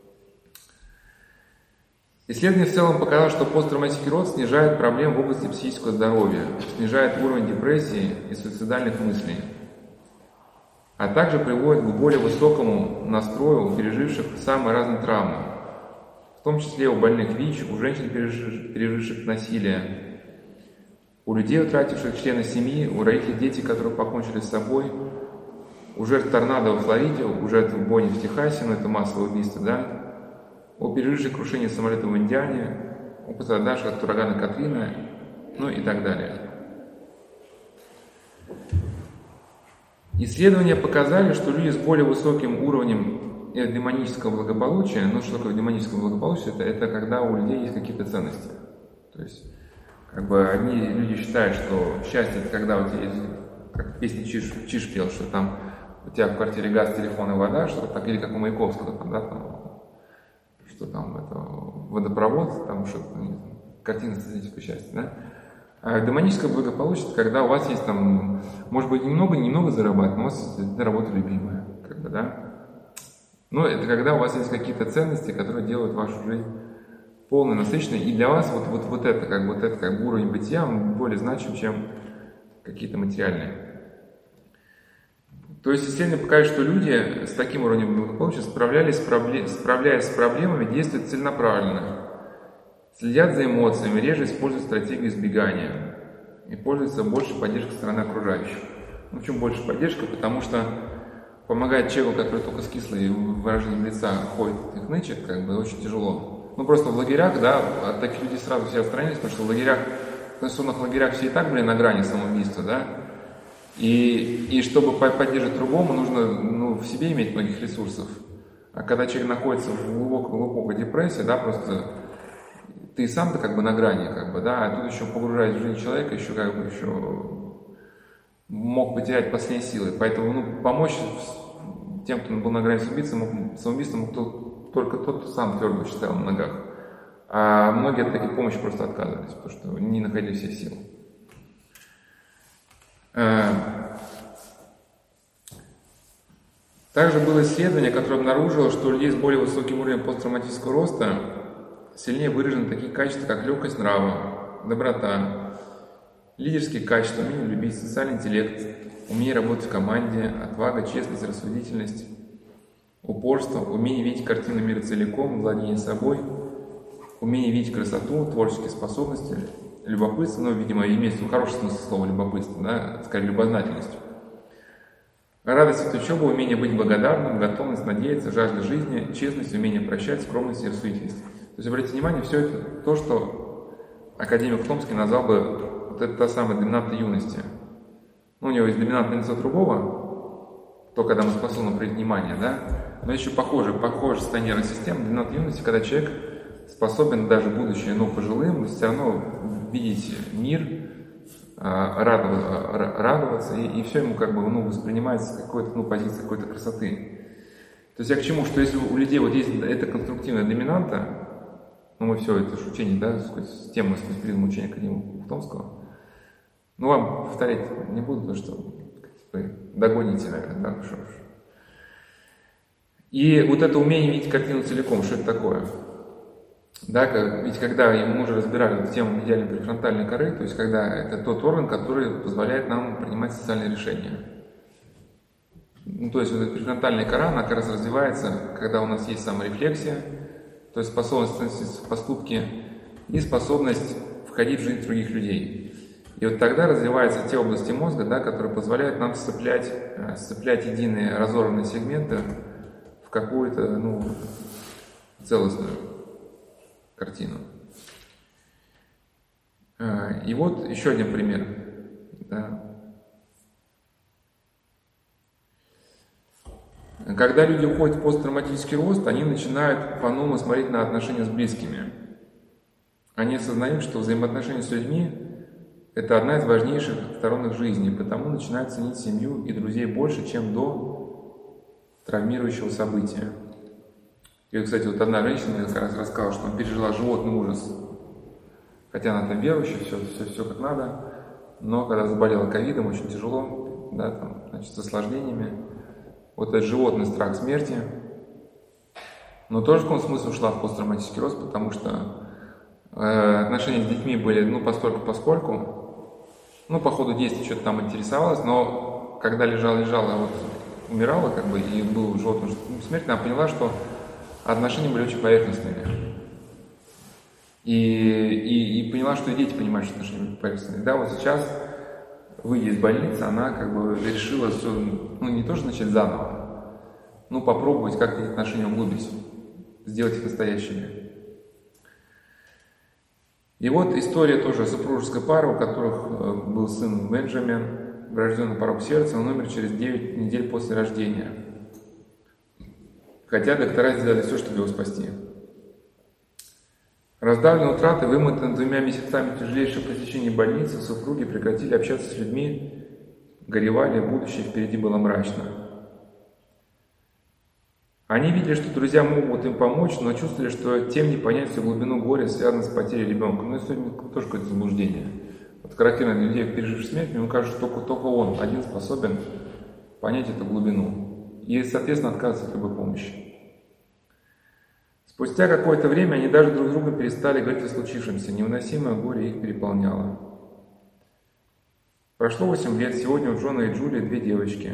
Исследование в целом показало, что посттравматический рост снижает проблемы в области психического здоровья, снижает уровень депрессии и суицидальных мыслей, а также приводит к более высокому настрою у переживших самые разные травмы, в том числе у больных ВИЧ, у женщин, переживших насилие, у людей, утративших члена семьи, у родителей детей, которые покончили с собой, у жертв торнадо во Флориде, у жертв бойни в Техасе, ну это массовое убийство, да, о переживших крушение самолета в Индиане, о пострадавших от урагана Катрина, ну и так далее. Исследования показали, что люди с более высоким уровнем демонического благополучия, ну что такое демоническое благополучие, это, это когда у людей есть какие-то ценности. То есть, как бы одни люди считают, что счастье это когда у тебя есть, как песня Чиж, Чиж пел, что там у тебя в квартире газ, телефон и вода, что так, или как у Маяковского, там, да, там, что там это водопровод, там что-то, картина статистического счастья, да. А демоническое благополучие, это когда у вас есть там, может быть, немного, немного зарабатывать, но у вас есть работа любимая, как бы, да. Но это когда у вас есть какие-то ценности, которые делают вашу жизнь полной, насыщенной, и для вас вот, вот, вот это, как бы, вот это, как бы, уровень бытия, он более значим, чем какие-то материальные. То есть исследования показывают, что люди с таким уровнем благополучия справлялись с, проблем, справляясь с проблемами, действуют целенаправленно. Следят за эмоциями, реже используют стратегию избегания и пользуются больше поддержкой со стороны окружающих. Ну, в чем больше поддержка? Потому что помогать человеку, который только с кислым выражением лица ходит и хнычет, как бы очень тяжело. Ну, просто в лагерях, да, от таких людей сразу все отстранились, потому что в лагерях, в конституционных лагерях все и так были на грани самоубийства, да, и, и чтобы поддерживать другому, нужно, ну, в себе иметь многих ресурсов. А когда человек находится в глубокой-глубокой депрессии, да, просто ты сам-то как бы на грани, как бы, да, а тут еще погружаясь в жизнь человека, еще как бы еще мог потерять последние силы. Поэтому, ну, помочь тем, кто был на грани самоубийства, мог, самоубийства мог тот, только тот, кто сам твердо стоял на ногах. А многие от такой помощи просто отказывались, потому что не находили все сил. Также было исследование, которое обнаружило, что у людей с более высоким уровнем посттравматического роста сильнее выражены такие качества, как легкость нрава, доброта, лидерские качества, умение любить, социальный интеллект, умение работать в команде, отвага, честность, рассудительность, упорство, умение видеть картину мира целиком, владение собой, умение видеть красоту, творческие способности, любопытство, ну, видимо, имеется хороший смысл слова любопытство, да, скорее любознательность. Радость от учебы, умение быть благодарным, готовность надеяться, жажда жизни, честность, умение прощать, скромность и рассудительность. То есть, обратите внимание, все это то, что академик Томский назвал бы вот это та самая доминанта юности. Ну, у него есть доминантное лицо другого, то, когда мы способны проявить внимание, да, но еще похоже, похоже состояние нервной системы, доминанта юности, когда человек способен даже будучи, ну, пожилым, все равно видеть мир, радоваться, радоваться и, и все ему как бы, ну, воспринимается с какой-то, ну, позиции какой-то красоты. То есть я к чему, что если у людей вот есть эта конструктивная доминанта, ну, мы все, это же учение, да, с темы, с призмой учения академика Томского, ну, вам повторять не буду, потому что вы догоните, наверное, да, что ж. И вот это умение видеть картину целиком, что это такое? Да, как, ведь когда мы уже разбирали вот тему медиальной префронтальной коры, то есть когда это тот орган, который позволяет нам принимать социальные решения. Ну, то есть вот эта префронтальная кора, она как раз развивается, когда у нас есть саморефлексия, то есть способность относиться к поступке и способность входить в жизнь других людей. И вот тогда развиваются те области мозга, да, которые позволяют нам сцеплять, сцеплять единые разорванные сегменты в какую-то, ну, целостную картину. И вот еще один пример. Да. Когда люди уходят в посттравматический рост, они начинают по-новому смотреть на отношения с близкими. Они осознают, что взаимоотношения с людьми – это одна из важнейших сторон их жизни, потому начинают ценить семью и друзей больше, чем до травмирующего события. И, кстати, вот одна женщина как раз рассказала, что она пережила животный ужас. Хотя она там верующая, все, все, все как надо, но когда заболела ковидом, очень тяжело, да, там, значит, с осложнениями. Вот этот животный страх смерти. Но тоже в каком смысле ушла в посттравматический рост, потому что э, отношения с детьми были, ну, постольку-поскольку, ну, по ходу действия что-то там интересовалась, но когда лежала-лежала, вот умирала, как бы, и был животный смерть, она поняла, что отношения были очень поверхностными. И, и, и поняла, что и дети понимают, что отношения были поверхностными. Да, вот сейчас, выйдя из больницы, она как бы решила все, ну, не то, что начать заново, но попробовать как-то эти отношения углубить, сделать их настоящими. И вот история тоже супружеской пары, у которых был сын Бенджамин. врожденный порог сердца, он умер через девять недель после рождения. Хотя доктора сделали все, чтобы его спасти. Раздавленные утраты, вымотанные двумя месяцами тяжелейшего посещения больницы, супруги прекратили общаться с людьми, горевали, будущее впереди было мрачно. Они видели, что друзья могут им помочь, но чувствовали, что тем не понять всю глубину горя, связанную с потерей ребенка. Ну, это тоже какое-то заблуждение. Вот характерно для людей, переживших смерть, ему кажется, что только, только он один способен понять эту глубину и, соответственно, отказываться от любой помощи. Спустя какое-то время они даже друг с другом перестали говорить о случившемся. Невыносимое горе их переполняло. Прошло восемь лет, сегодня у Джона и Джулии две девочки.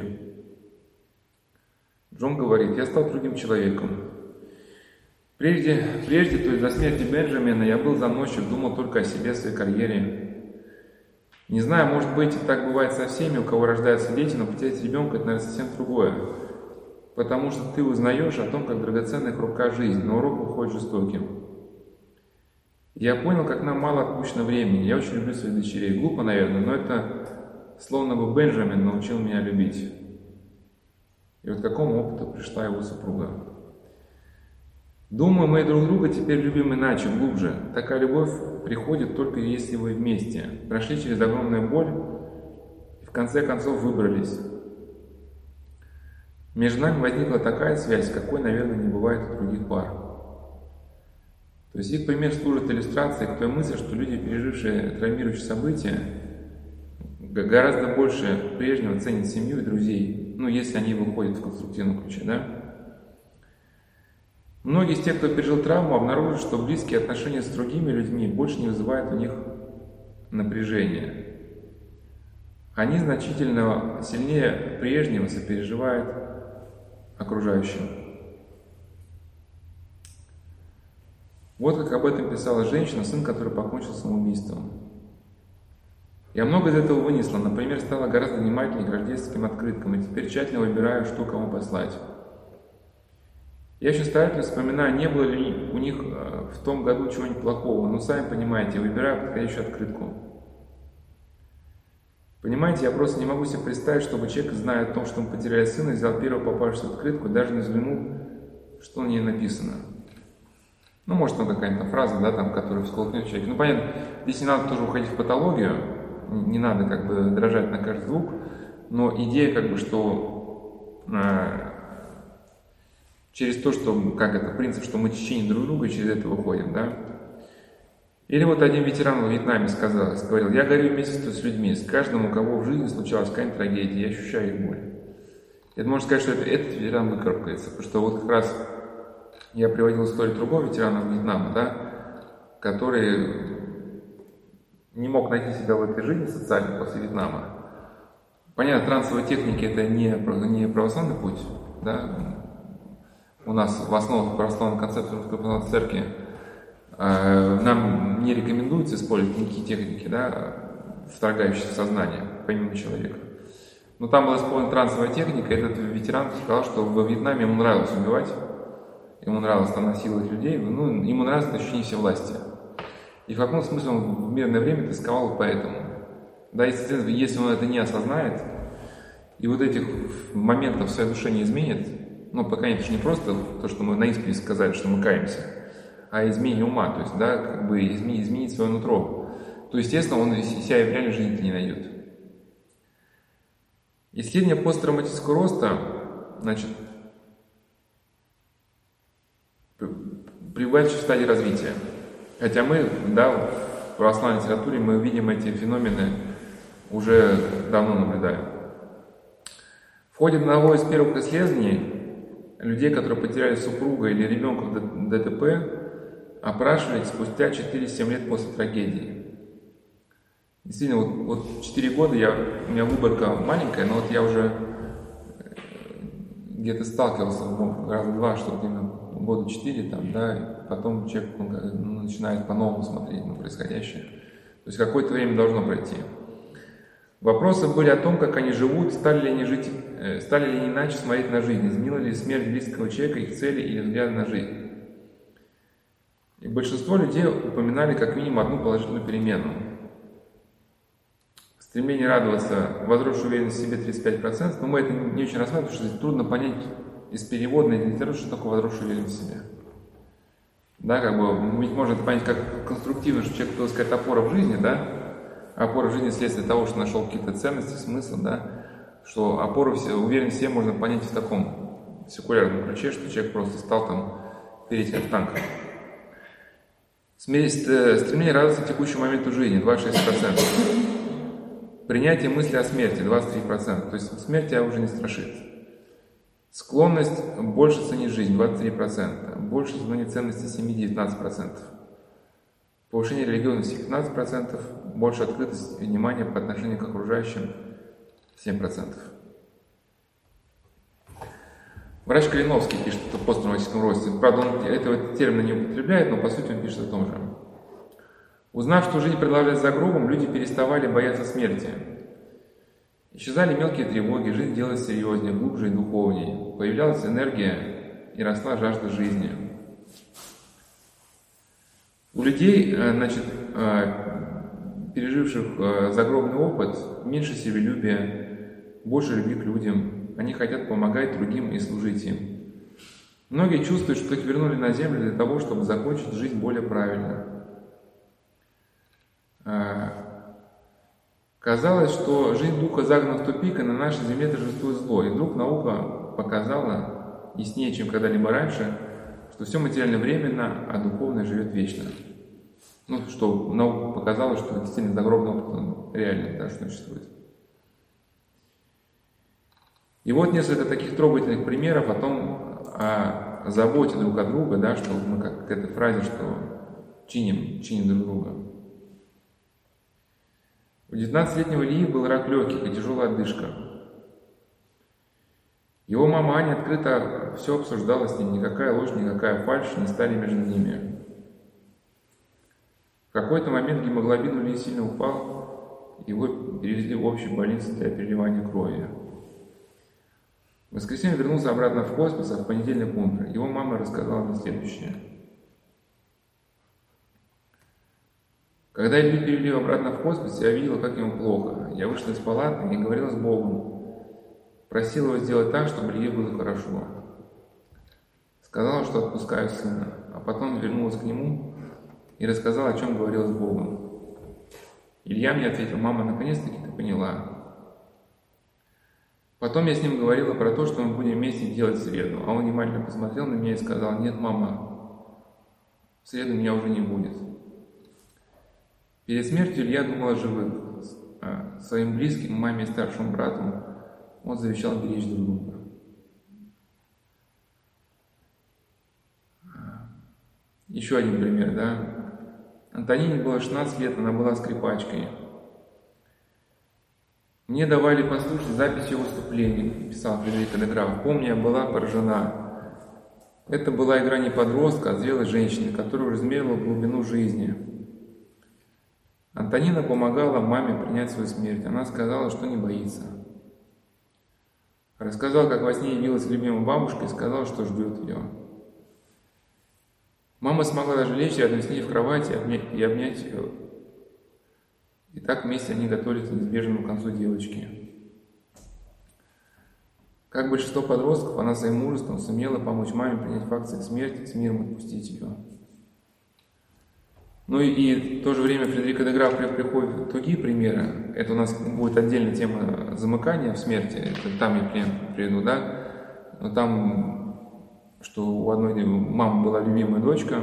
Джон говорит: «Я стал другим человеком. Прежде, прежде, то есть до смерти Бенджамина, я был заносчив, думал только о себе, о своей карьере. Не знаю, может быть, так бывает со всеми, у кого рождаются дети, но потерять ребенка – это, наверное, совсем другое. Потому что ты узнаешь о том, как драгоценная хрупка жизнь, но урок выходит жестоким. Я понял, как нам мало отпущено времени. Я очень люблю своих дочерей. Глупо, наверное, но это словно бы Бенджамин научил меня любить». И вот к какому опыту пришла его супруга. «Думаю, мы друг друга теперь любим иначе, глубже. Такая любовь приходит только если вы вместе. Прошли через огромную боль и в конце концов выбрались. Между нами возникла такая связь, какой, наверное, не бывает у других пар». То есть их пример служит иллюстрацией к той мысли, что люди, пережившие травмирующие события, гораздо больше прежнего ценят семью и друзей, ну, если они выходят в конструктивном ключе, да? Многие из тех, кто пережил травму, обнаружат, что близкие отношения с другими людьми больше не вызывают у них напряжения. Они значительно сильнее прежнего сопереживают окружающим. Вот как об этом писала женщина, сын которой покончил самоубийством. «Я много из этого вынесла, например, стала гораздо внимательнее к рождественским открыткам, и теперь тщательно выбираю, что кому послать. Я еще старательно вспоминаю, не было ли у них в том году чего-нибудь плохого, но сами понимаете, выбираю подходящую открытку. Понимаете, я просто не могу себе представить, чтобы человек, зная о том, что мы потеряли сына, взял первую попавшуюся открытку, даже не взглянул, что на ней написано. Ну, может, там какая-то фраза, да, там, которая всколыхнет человека. Ну, понятно, здесь не надо тоже уходить в патологию, не надо как бы дрожать на каждый звук, но идея как бы, что э, через то, что, как это, принцип, что мы течение друг друга, через это выходим, да. Или вот один ветеран во Вьетнаме сказал, говорил: «Я горю вместе с людьми, с каждым, у кого в жизни случалась какая-нибудь трагедия, я ощущаю их боль». Это можно сказать, что это, этот ветеран выкарабкается, потому что вот как раз я приводил историю другого ветерана Вьетнама, да, который не мог найти себя в этой жизни социальной после Вьетнама. Понятно, трансовые техники – это не, не православный путь, да. У нас в основах православной концепции Русской Православной Церкви э, нам не рекомендуется использовать никакие техники, да, вторгающиеся в сознание, помимо человека. Но там была использована трансовая техника, и этот ветеран сказал, что во Вьетнаме ему нравилось убивать, ему нравилось там насиловать людей, ну, ему нравилось это ощущение всевластия. И в каком смысле он в мирное время тосковал поэтому. Да, естественно, если он это не осознает, и вот этих моментов в своей душе не изменит, ну, пока это не просто то, что мы на исповеди сказали, что мы каемся, а изменение ума, то есть, да, как бы изменить, изменить свое нутро, то, естественно, он себя и в реальной жизни не найдет. Исследование посттравматического роста, значит, пребывает в стадии развития. Хотя мы, да, в православной литературе мы видим эти феномены уже давно наблюдаем. В ходе одного из первых исследований людей, которые потеряли супруга или ребенка в ДТП, опрашивали спустя четыре-семь лет после трагедии. Действительно, вот, вот четыре года я, у меня выборка маленькая, но вот я уже где-то сталкивался, раза два, что именно года четыре, там, да, и потом человек он, ну, начинает по-новому смотреть на происходящее. То есть какое-то время должно пройти. Вопросы были о том, как они живут, стали ли они жить, э, стали ли они иначе смотреть на жизнь, изменила ли смерть близкого человека их цели или взгляды на жизнь. И большинство людей упоминали как минимум одну положительную перемену. стремление радоваться, возросшая уверенность в себе тридцать пять процентов, но мы это не очень рассматриваем, потому что трудно понять из переводной литературы, что такое возросшая уверенность в себе. Да, как бы, ведь можно это понять как конструктивно, что человек, так сказать, опора в жизни, да, опора в жизни следствие того, что нашел какие-то ценности, смысл, да, что опору, уверенность в себе можно понять в таком секулярном ключе, что человек просто стал там переть как танк. Стремление радоваться текущему моменту жизни двадцать шесть процентов. Принятие мысли о смерти двадцать три процента. То есть смерть тебя уже не страшит. Склонность больше ценить жизнь двадцать три процента. Больше сознание ценности семьи девятнадцать процентов. Повышение религиозности пятнадцать процентов. Больше открытость и внимание по отношению к окружающим семь процентов. Врач Калиновский пишет о посттравматическом росте. Правда, он этого термина не употребляет, но по сути он пишет о том же. Узнав, что жизнь продолжается за гробом, люди переставали бояться смерти. Исчезали мелкие тревоги, жизнь делалась серьезнее, глубже и духовнее. Появлялась энергия и росла жажда жизни. У людей, значит, переживших загробный опыт, меньше себелюбия, больше любви к людям. Они хотят помогать другим и служить им. Многие чувствуют, что их вернули на землю для того, чтобы закончить жизнь более правильно. Казалось, что жизнь духа загнана в тупик, и на нашей земле торжествует зло. И вдруг наука показала, яснее, чем когда-либо раньше, что все материально временно, а духовное живет вечно. Ну, что наука показала, что действительно загробный опыт реально, да, что существует. И вот несколько таких трогательных примеров о том, о заботе друг от друга, да, что мы как к этой фразе, что чиним, чиним друг друга. У девятнадцатилетнего Ильи был рак легких и тяжелая одышка. Его мама Аня открыто все обсуждала с ним, никакая ложь, никакая фальшь не стали между ними. В какой-то момент гемоглобин у Ильи сильно упал, его перевезли в общую больницу для переливания крови. В воскресенье вернулся обратно в хоспис, а в понедельник умер. Его мама рассказала мне следующее. Когда Илью перевели обратно в хоспис, я видела, как ему плохо. Я вышла из палаты и говорила с Богом. Просила его сделать так, чтобы Илье было хорошо. Сказала, что отпускаю сына. А потом вернулась к нему и рассказала, о чем говорила с Богом. Илья мне ответил: мама, наконец-таки ты поняла. Потом я с ним говорила про то, что мы будем вместе делать в среду. А он внимательно посмотрел на меня и сказал: нет, мама, в среду меня уже не будет. Перед смертью Илья думал о живых. Своим близким, маме и старшему брату, он завещал беречь друг друга. Еще один пример, да. Антонине было шестнадцать лет, она была скрипачкой. Мне давали послушать запись ее выступлений, писал Фредерик Деграф. Помню, я была поражена. Это была игра не подростка, а зрелой женщины, которая уже измерила глубину жизни. Антонина помогала маме принять свою смерть. Она сказала, что не боится. Рассказала, как во сне явилась любимая бабушка и сказала, что ждет ее. Мама смогла даже лечь рядом с ней в кровати и обнять ее. И так вместе они готовились к неизбежному концу девочки. Как большинство подростков, она своим мужеством сумела помочь маме принять факт их смерти и с миром отпустить ее. Ну и, и в то же время Фредерик Деграф приходит в другие примеры. Это у нас будет отдельная тема замыкания в смерти. Это там я приведу, да? Но там, что у одной мамы была любимая дочка,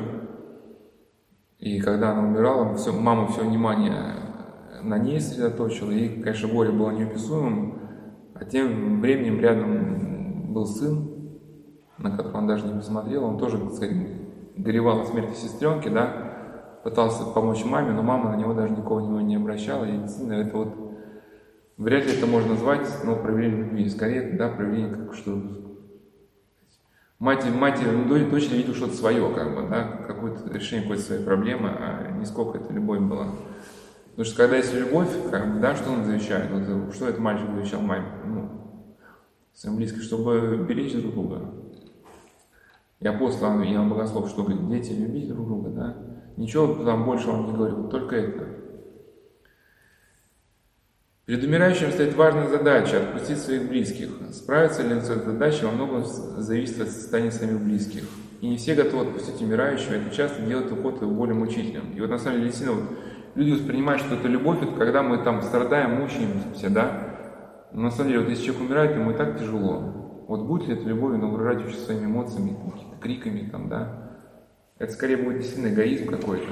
и когда она умирала, все, мама все внимание на ней сосредоточила, и, конечно, горе было неописуемым, а тем временем рядом был сын, на которого он даже не посмотрел, он тоже, так сказать, горевал от смерти сестренки, да, пытался помочь маме, но мама на него даже никакого внимания не обращала, и действительно, это вот, вряд ли это можно назвать, но проявление любви, скорее, да, проявление, как что, мать, мать дочери видела что-то свое, как бы, да, какое-то решение какой-то своей проблемы, а не сколько это любовь была. Потому что когда есть любовь, как бы, да, что он завещает? Вот, что этот мальчик завещал маме? Ну, своим близким, чтобы беречь друг друга. И апостол Иоанн Богослов, что говорит: дети, любите друг друга, да? Ничего там больше он не говорил, только это. Перед умирающим стоит важная задача – отпустить своих близких. Справиться ли он с этой задачей во многом зависит от состояния самих близких. И не все готовы отпустить умирающего, это часто делает уход его более мучительным. И вот на самом деле, действительно, вот, люди воспринимают, что это любовь, это когда мы там страдаем, мучаемся, да? Но на самом деле, вот если человек умирает, ему и так тяжело. Вот будет ли это любовью нагружать вообще своими эмоциями, какими-то криками, там, да? Это скорее будет действительно эгоизм какой-то.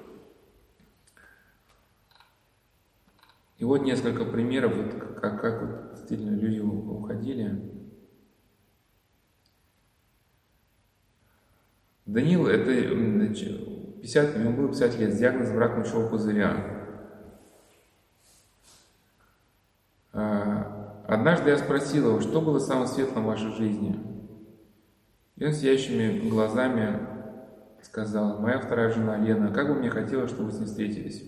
И вот несколько примеров, вот, как, как вот, действительно люди уходили. Даниил, это пятьдесят, ему было пятьдесят лет, с диагнозом рак мочевого пузыря. Однажды я спросил его, что было самым светлым в вашей жизни? И он сияющими глазами сказал: моя вторая жена Лена, как бы мне хотелось, чтобы вы с ней встретились.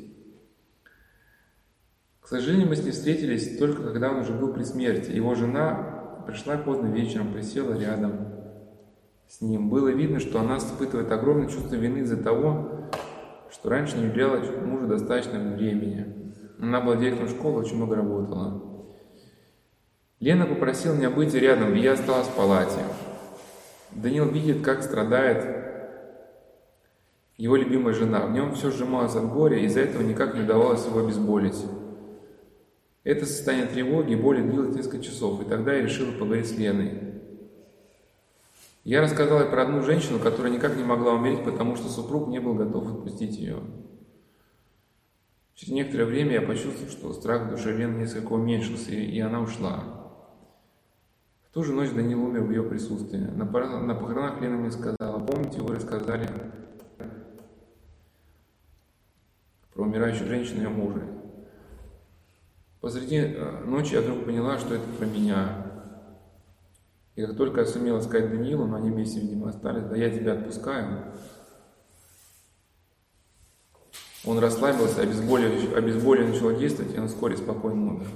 К сожалению, мы с ней встретились только когда он уже был при смерти. Его жена пришла поздно вечером, присела рядом с ним. Было видно, что она испытывает огромное чувство вины из-за того, что раньше не уделяла мужу достаточно времени. Она была директором школы, очень много работала. Лена попросила меня быть рядом, и я осталась в палате. Даниил видит, как страдает его любимая жена. В нем все сжималось от горя, и из-за этого никак не удавалось его обезболить. Это состояние тревоги и боли длилось несколько часов, и тогда я решила поговорить с Леной. Я рассказала ей про одну женщину, которая никак не могла умереть, потому что супруг не был готов отпустить ее. Через некоторое время я почувствовал, что страх в душе Лены несколько уменьшился, и она ушла. В ту же ночь Даниил умер в ее присутствии. На похоронах Лена мне сказала: помните, вы рассказали про умирающую женщину и ее мужа. Посреди ночи я вдруг поняла, что это про меня. И как только я сумела сказать Даниилу, но они вместе, видимо, остались: да я тебя отпускаю. Он расслабился, обезболивание, обезболивание начало действовать, и он вскоре спокойно умер.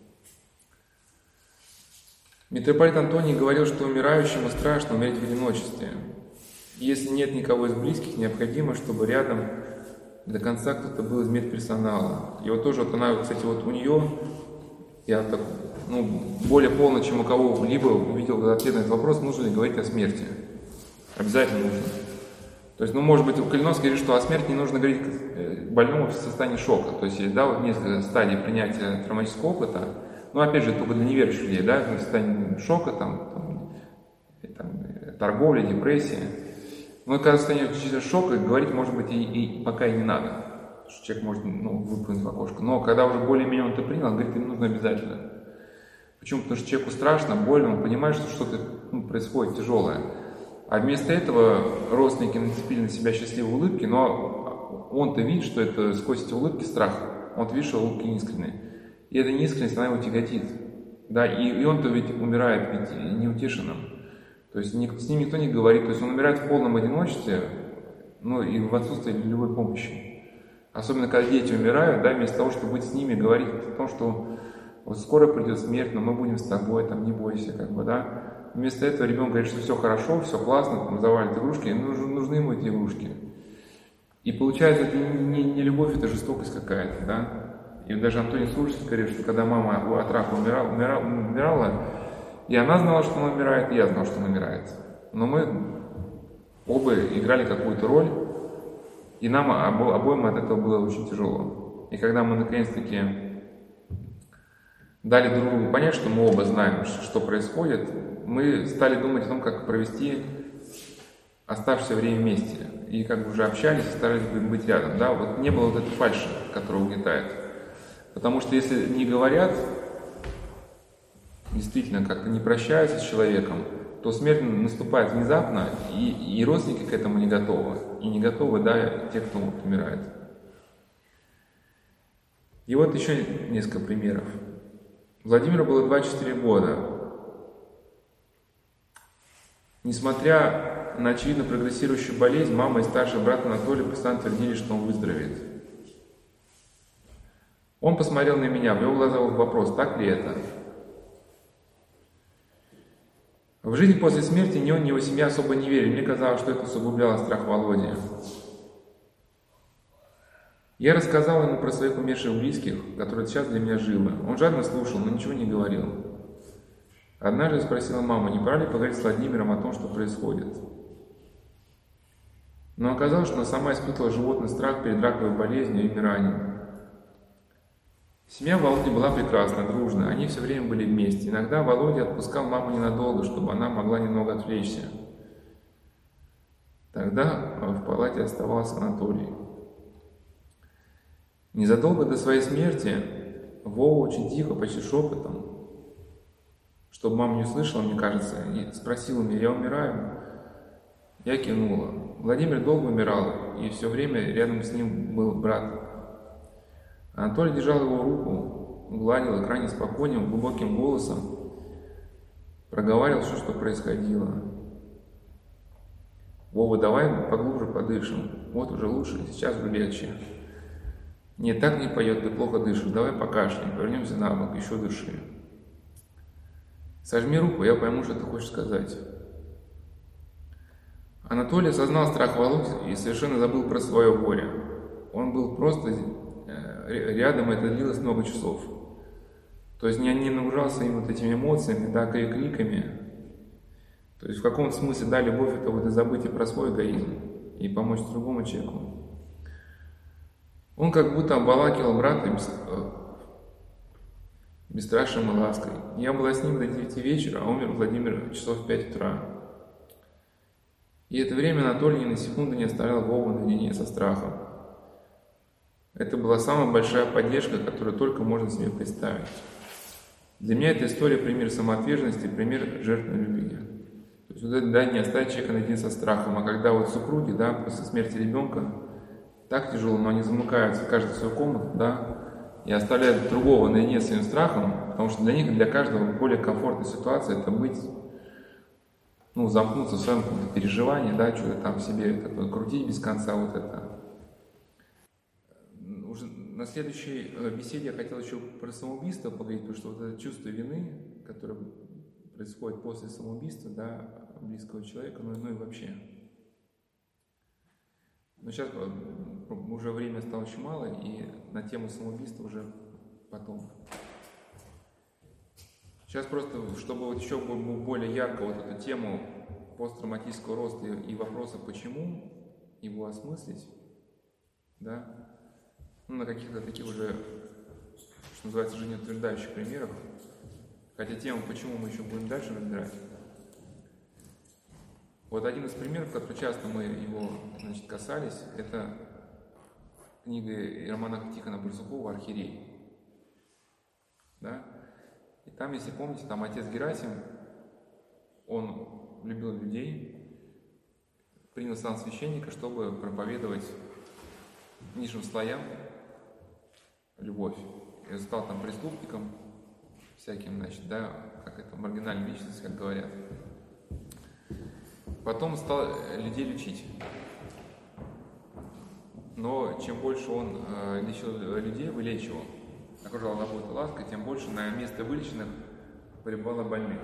Митрополит Антоний говорил, что умирающему страшно умереть в одиночестве. Если нет никого из близких, необходимо, чтобы рядом до конца кто-то был из медперсонала. И вот тоже вот она, кстати, вот у нее, я так, ну, более полно, чем у кого-либо увидел ответ на этот вопрос, нужно ли говорить о смерти. Обязательно нужно. То есть, ну, может быть, у Калиновский говорит, что о смерти не нужно говорить больному в состоянии шока. То есть, да, вот несколько стадий принятия травматического опыта, но, опять же, только для неверующих людей, да, в состоянии шока, там, там, там торговля, депрессия. Но когда в состоянии шока, говорить, может быть, и, и пока и не надо, что человек может, ну, выпрыгнуть в окошко. Но когда уже более-менее он это принял, он говорит, им нужно обязательно. Почему? Потому что человеку страшно, больно, он понимает, что что-то, ну, происходит тяжелое. А вместо этого родственники нацепили на себя счастливые улыбки, но он-то видит, что это сквозь эти улыбки страх. Он видит, что улыбки неискренние. И эта неискренность, она его тяготит. Да, и, и он-то ведь умирает ведь неутешенным. То есть с ним никто не говорит. То есть он умирает в полном одиночестве, ну и в отсутствии любой помощи. Особенно, когда дети умирают, да, вместо того, чтобы быть с ними, говорить о том, что вот скоро придет смерть, но мы будем с тобой, там, не бойся, как бы, да. Вместо этого ребенок говорит, что все хорошо, все классно, там, завалит игрушки, нужны, нужны ему эти игрушки. И получается, это не, не любовь, это жестокость какая-то, да. И даже Антоний Сурожский говорит, что когда мама от рака умирала, умирала, умирала, и она знала, что она умирает, и я знал, что она умирает. Но мы оба играли какую-то роль, и нам обо, обоим от этого было очень тяжело. И когда мы наконец-таки дали друг другу понять, что мы оба знаем, что происходит, мы стали думать о том, как провести оставшееся время вместе. И как бы уже общались и старались быть рядом. Да? Вот не было вот этой фальши, которая угнетает. Потому что если не говорят, действительно как-то не прощаются с человеком, то смерть наступает внезапно, и, и родственники к этому не готовы. И не готовы, да, те, кто вот умирает. И вот еще несколько примеров. Владимиру было двадцать четыре года. Несмотря на очевидно прогрессирующую болезнь, мама и старший брат Анатолий постоянно твердили, что он выздоровеет. Он посмотрел на меня, в его глазах был вопрос, так ли это? В жизнь после смерти ни он, ни его семья особо не верили. Мне казалось, что это усугубляло страх Володи. Я рассказал ему про своих умерших близких, которые сейчас для меня живы. Он жадно слушал, но ничего не говорил. Однажды спросила мама, не пора ли поговорить с Владимиром о том, что происходит. Но оказалось, что она сама испытывала животный страх перед раковой болезнью и умиранием. Семья Володи была прекрасна, дружна, они все время были вместе. Иногда Володя отпускал маму ненадолго, чтобы она могла немного отвлечься. Тогда в палате оставался Анатолий. Незадолго до своей смерти Вова очень тихо, почти шепотом, чтобы мама не услышала, мне кажется, и спросила меня, я умираю? Я кивнула. Владимир долго умирал, и все время рядом с ним был брат. Анатолий держал его руку, гладил крайне спокойным, глубоким голосом, проговаривал все, что происходило. «Вова, давай поглубже подышим. Вот уже лучше, сейчас уже легче. Нет, так не пойдет, ты плохо дышишь. Давай покашляем, повернемся на бок, еще дыши. Сожми руку, я пойму, что ты хочешь сказать». Анатолий осознал страх Володи и совершенно забыл про свое горе. Он был просто рядом, и это длилось много часов. То есть не, не нагружался им вот этими эмоциями, да, криками. То есть в каком-то смысле, да, любовь — это вот и забыть и про свой эгоизм, и помочь другому человеку. Он как будто обволакивал брата без, бесстрашием и лаской. Я была с ним до девяти вечера, а умер Владимир часов в пять утра. И это время Анатолий ни на секунду не оставлял Вову наедине со страхом. Это была самая большая поддержка, которую только можно себе представить. Для меня эта история пример самоотверженности, пример жертвенной любви. То есть вот это, да, не оставить человека наедине со страхом, а когда вот супруги, да, после смерти ребенка так тяжело, но они замыкаются в каждую свою комнату, да, и оставляют другого наедине с своим страхом, потому что для них, для каждого более комфортная ситуация — это быть, ну, замкнуться в своем каком-то переживании, да, что-то там себе такое крутить без конца, вот это. Уже на следующей беседе я хотел еще про самоубийство поговорить, потому что вот это чувство вины, которое происходит после самоубийства, да, близкого человека, ну, ну и вообще. Но сейчас уже время стало очень мало, и на тему самоубийства уже потом. Сейчас просто, чтобы вот еще более ярко вот эту тему посттравматического роста и вопроса «почему?», его осмыслить, да, ну, на каких-то таких уже, что называется, жизнеутверждающих примерах. Хотя тему «почему» мы еще будем дальше разбирать. Вот один из примеров, который часто мы его, значит, касались, это книга романа Тихона Барсукова «Архиерей». Да? И там, если помните, там отец Герасим, он любил людей, принял сан священника, чтобы проповедовать низшим слоям любовь. И стал там преступником всяким, значит, да, как это, маргинальная личность, как говорят. Потом стал людей лечить. Но чем больше он э, лечил людей, вылечивал, окружал заботой, лаской, тем больше на место вылеченных прибывало больных.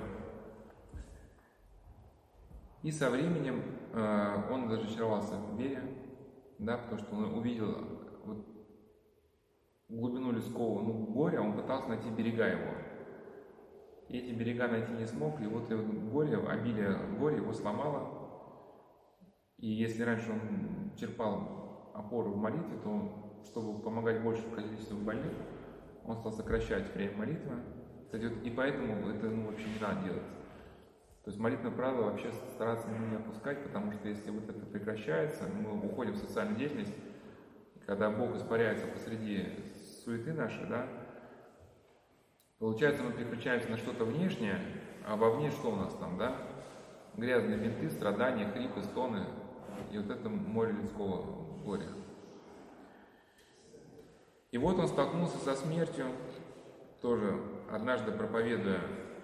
И со временем э, он даже очаровался в вере, да, потому что он увидел вот, глубину людского, ну, горя, он пытался найти берега его. И эти берега найти не смог, и вот это горе, обилие горя его сломало. И если раньше он черпал опору в молитве, то, чтобы помогать большему количеству больных, он стал сокращать время молитвы. Кстати, вот и поэтому это, ну, вообще не надо делать. То есть молитвенное правило вообще стараться не опускать, потому что если вот это прекращается, мы уходим в социальную деятельность, когда Бог испаряется посреди суеты нашей, да, получается, мы переключаемся на что-то внешнее, а вовне что у нас там, да? Грязные бинты, страдания, хрипы, стоны, и вот это море людского горя. И вот он столкнулся со смертью, тоже однажды проповедуя,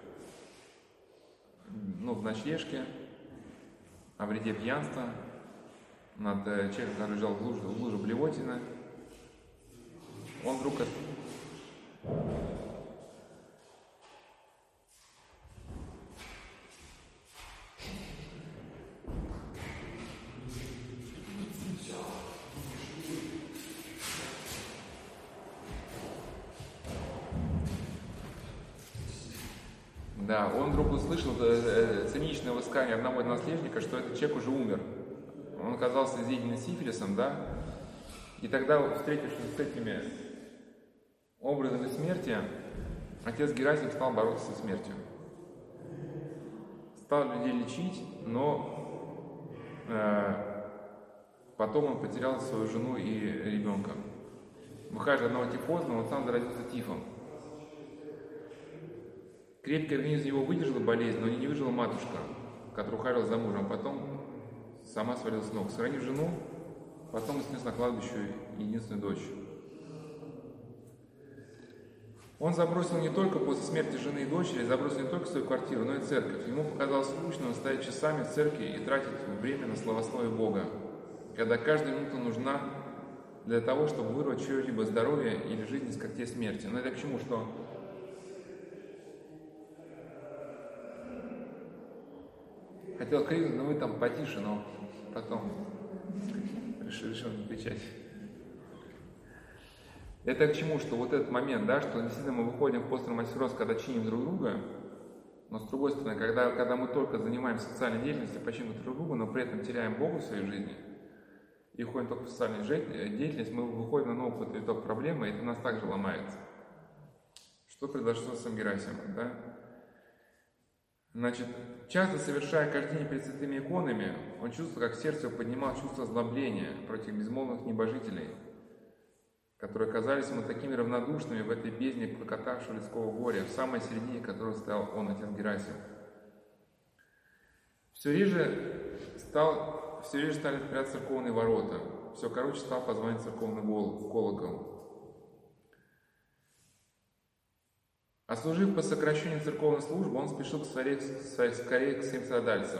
ну, в ночлежке о вреде пьянства над человеком, который лежал в луже, в луже блевотина. Он вдруг Да, он вдруг услышал э, циничное высказывание одного наследника, что этот человек уже умер. Он оказался изъеден сифилисом, да, и тогда, встретившись с этими образами смерти, отец Герасим стал бороться со смертью. Стал людей лечить, но э, потом он потерял свою жену и ребенка. Выхаживая одного тифоза, он сам заразился тифом. Крепкий организм его выдержал болезнь, но не выжила матушка, которая ухаживала за мужем. Потом сама свалилась с ног. Сохранив жену, потом снес на кладбище единственную дочь. Он забросил не только после смерти жены и дочери, забросил не только свою квартиру, но и церковь. Ему показалось скучным стоять часами в церкви и тратить время на славословие Бога, когда каждая минута нужна для того, чтобы вырвать чье-либо здоровье или жизнь из когтей смерти. Но это к чему, что хотел крикнуть, но вы там потише, но потом решил, решил не кричать. Это к чему, что вот этот момент, да, что действительно мы выходим в посттравматический рост, когда чиним друг друга, но с другой стороны, когда, когда мы только занимаемся социальной деятельностью, починим друг друга, но при этом теряем Бога в своей жизни, и уходим только в социальную деятельность, мы выходим на новый виток проблемы, и это нас также ломает. Что произошло с Герасимом, да? Значит, часто совершая картине перед святыми иконами, он чувствовал, как сердце его поднимало чувство озлобления против безмолвных небожителей, которые казались ему такими равнодушными в этой бездне клокотавшего людского горя, в самой середине которого стоял он, отец Герасим. Все реже, стал, все реже стали открываться церковные ворота, все короче стал позвонить церковный колокол. Ослужив по сокращению церковной службы, он спешил скорее, скорее к своим страдальцам.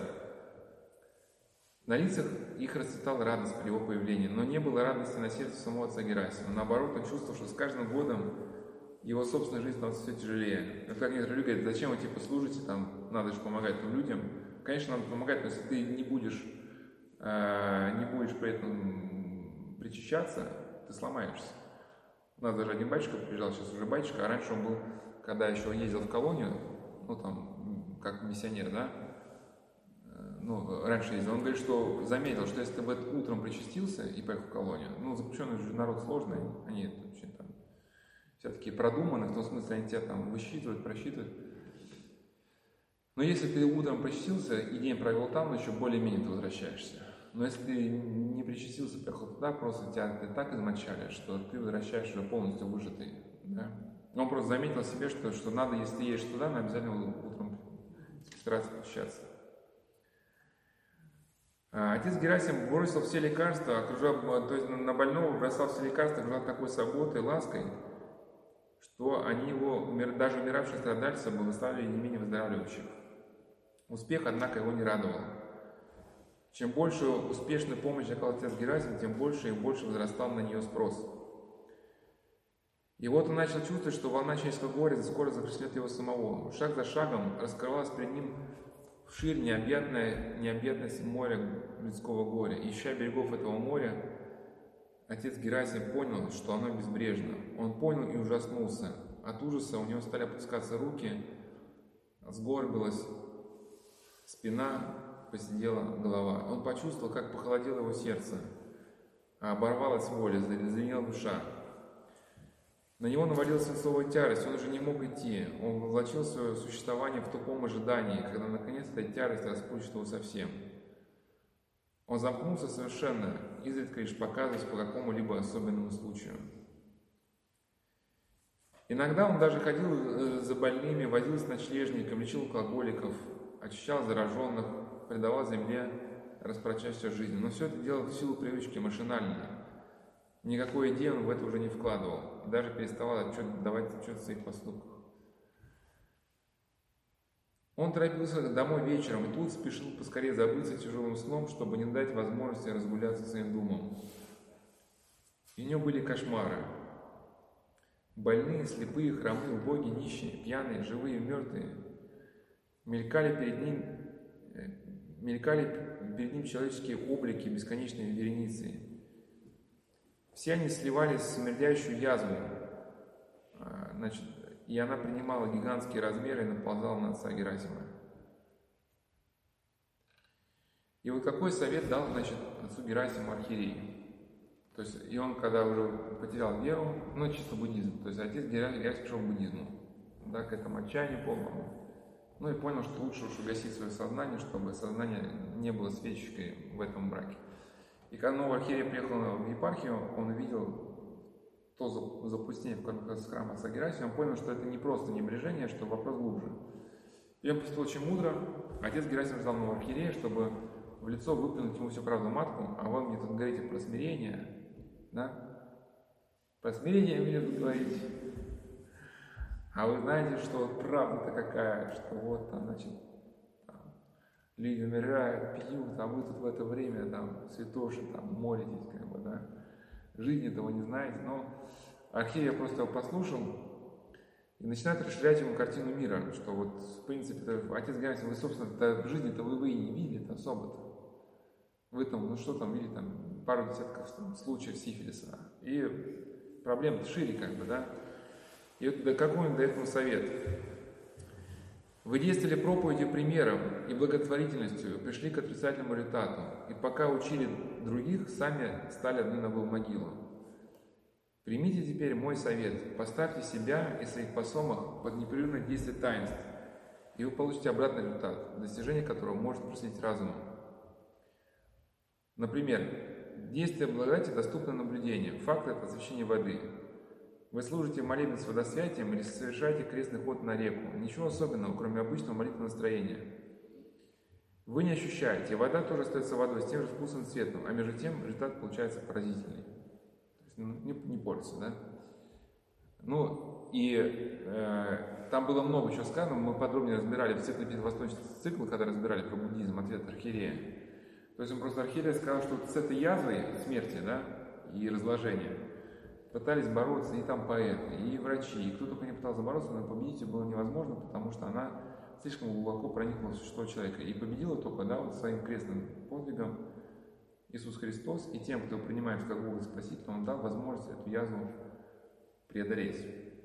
На лицах их расцветала радость при его появлении, но не было радости на сердце самого отца Герасима. Наоборот, он чувствовал, что с каждым годом его собственная жизнь становится все тяжелее. Вот как некоторые люди говорят, зачем вы типа служите, там, надо же помогать там, людям. Конечно, надо помогать, но если ты не будешь, э, не будешь при этом причащаться, ты сломаешься. У нас даже один батюшка приезжал, сейчас уже батюшка, а раньше он был, когда еще ездил в колонию, ну там, как миссионер, да, ну, раньше ездил, он говорит, что заметил, что если ты бы утром причастился и поехал в колонию, ну, заключенный же народ сложный, они вообще там все-таки продуманы, в том смысле, они тебя там высчитывают, просчитывают. Но если ты утром причастился и день провел там, еще более-менее ты возвращаешься. Но если ты не причастился, поехал туда, просто тебя ты так измочали, что ты возвращаешься уже полностью выжатый. Да? Он просто заметил себе, что, что надо, если ты едешь туда, надо обязательно утром стараться причащаться. Отец Герасим бросил все лекарства, окружал, то есть на больного бросал все лекарства, окружал такой заботой, лаской, что они его, даже умиравшие страдальцы, благословили не менее выздоравливающих. Успех, однако, его не радовал. Чем больше успешную помощь оказал отец Герасим, тем больше и больше возрастал на нее спрос. И вот он начал чувствовать, что волна человеческого горя скоро захлестнет его самого. Шаг за шагом раскрывалась перед ним вширь необъятная, необъятность моря людского горя. Ища берегов этого моря, отец Герасим понял, что оно безбрежно. Он понял и ужаснулся. От ужаса у него стали опускаться руки, сгорбилась спина, посидела голова. Он почувствовал, как похолодело его сердце, оборвалась воля, зазвенела душа. На него навалилась свинцовая тяжесть, он уже не мог идти. Он влачил свое существование в тупом ожидании, когда наконец-то эта тяжесть расплющит его совсем. Он замкнулся совершенно, изредка лишь показываясь по какому-либо особенному случаю. Иногда он даже ходил за больными, возил с ночлежником, лечил алкоголиков, очищал зараженных, предавал земле распрочащую жизнь. Но все это делал в силу привычки машинально. Никакой идеи он в это уже не вкладывал, и даже переставал отчет, давать отчет в своих поступках. Он торопился домой вечером и тут спешил поскорее забыться тяжелым сном, чтобы не дать возможности разгуляться своим думам. И у него были кошмары. Больные, слепые, хромые, убогие, нищие, пьяные, живые, мертвые. Мелькали перед ним, мелькали перед ним человеческие облики бесконечной вереницы. Все они сливались в смердящую язву. Значит, и она принимала гигантские размеры и наползала на отца Герасима. И вот какой совет дал, значит, отцу Герасиму архиерей? То есть, и он, когда уже потерял веру, ну, чисто буддизм, то есть отец Герасим пришел к буддизму, да, к этому отчаянию полному. Ну и понял, что лучше уж угасить свое сознание, чтобы сознание не было свечечкой в этом браке. И когда новый архиерей приехал в епархию, он увидел то запустение, в котором находился храм отца Герасима, он понял, что это не просто небрежение, что вопрос глубже. И он поступил очень мудро. Отец Герасим ждал нового архиерея, чтобы в лицо выплюнуть ему всю правду матку, а вы мне тут говорите про смирение, да? Про смирение мне тут говорите. А вы знаете, что вот правда-то какая, что вот там, значит, там, люди умирают, пьют, а вы тут в это время там святоши там молитесь, как бы, да. Жизни этого не знаете, но архиерей просто его послушал и начинает расширять ему картину мира, что вот, в принципе, отец Герасим, вы, собственно, в жизни-то вы, вы и не видели особо-то. Вы там, ну что там, видели там пару десятков там, случаев сифилиса. И проблема-то шире, как бы, да. И вот да, какой он дает ему совет? Вы действовали проповедью, примером и благотворительностью, пришли к отрицательному результату, и пока учили других, сами стали одной ногой в могилу. Примите теперь мой совет, поставьте себя и своих потомок под непрерывное действие таинств, и вы получите обратный результат, достижение которого может просветить разумом. Например, действие благодати доступно наблюдению, факт – это освящение воды. Вы служите молебен с водосвятием или совершаете крестный ход на реку. Ничего особенного, кроме обычного молитвенного настроения. Вы не ощущаете, вода тоже остается водой с тем же вкусом и цветом, а между тем результат получается поразительный. То есть, ну, не, не портится, да? Ну, и э, там было много чего сказано, мы подробнее разбирали в цветно-восточный цикл, когда разбирали про буддизм, ответ архиерея. То есть он просто архиерей сказал, что вот с этой язвой смерти, да, и разложения пытались бороться и там поэты, и врачи, и кто только не пытался бороться, но победить ее было невозможно, потому что она слишком глубоко проникла в существо человека. И победила только, да, вот своим крестным подвигом Иисус Христос, и тем, кто принимает как Бога Спасителя, Он дал возможность эту язву преодолеть.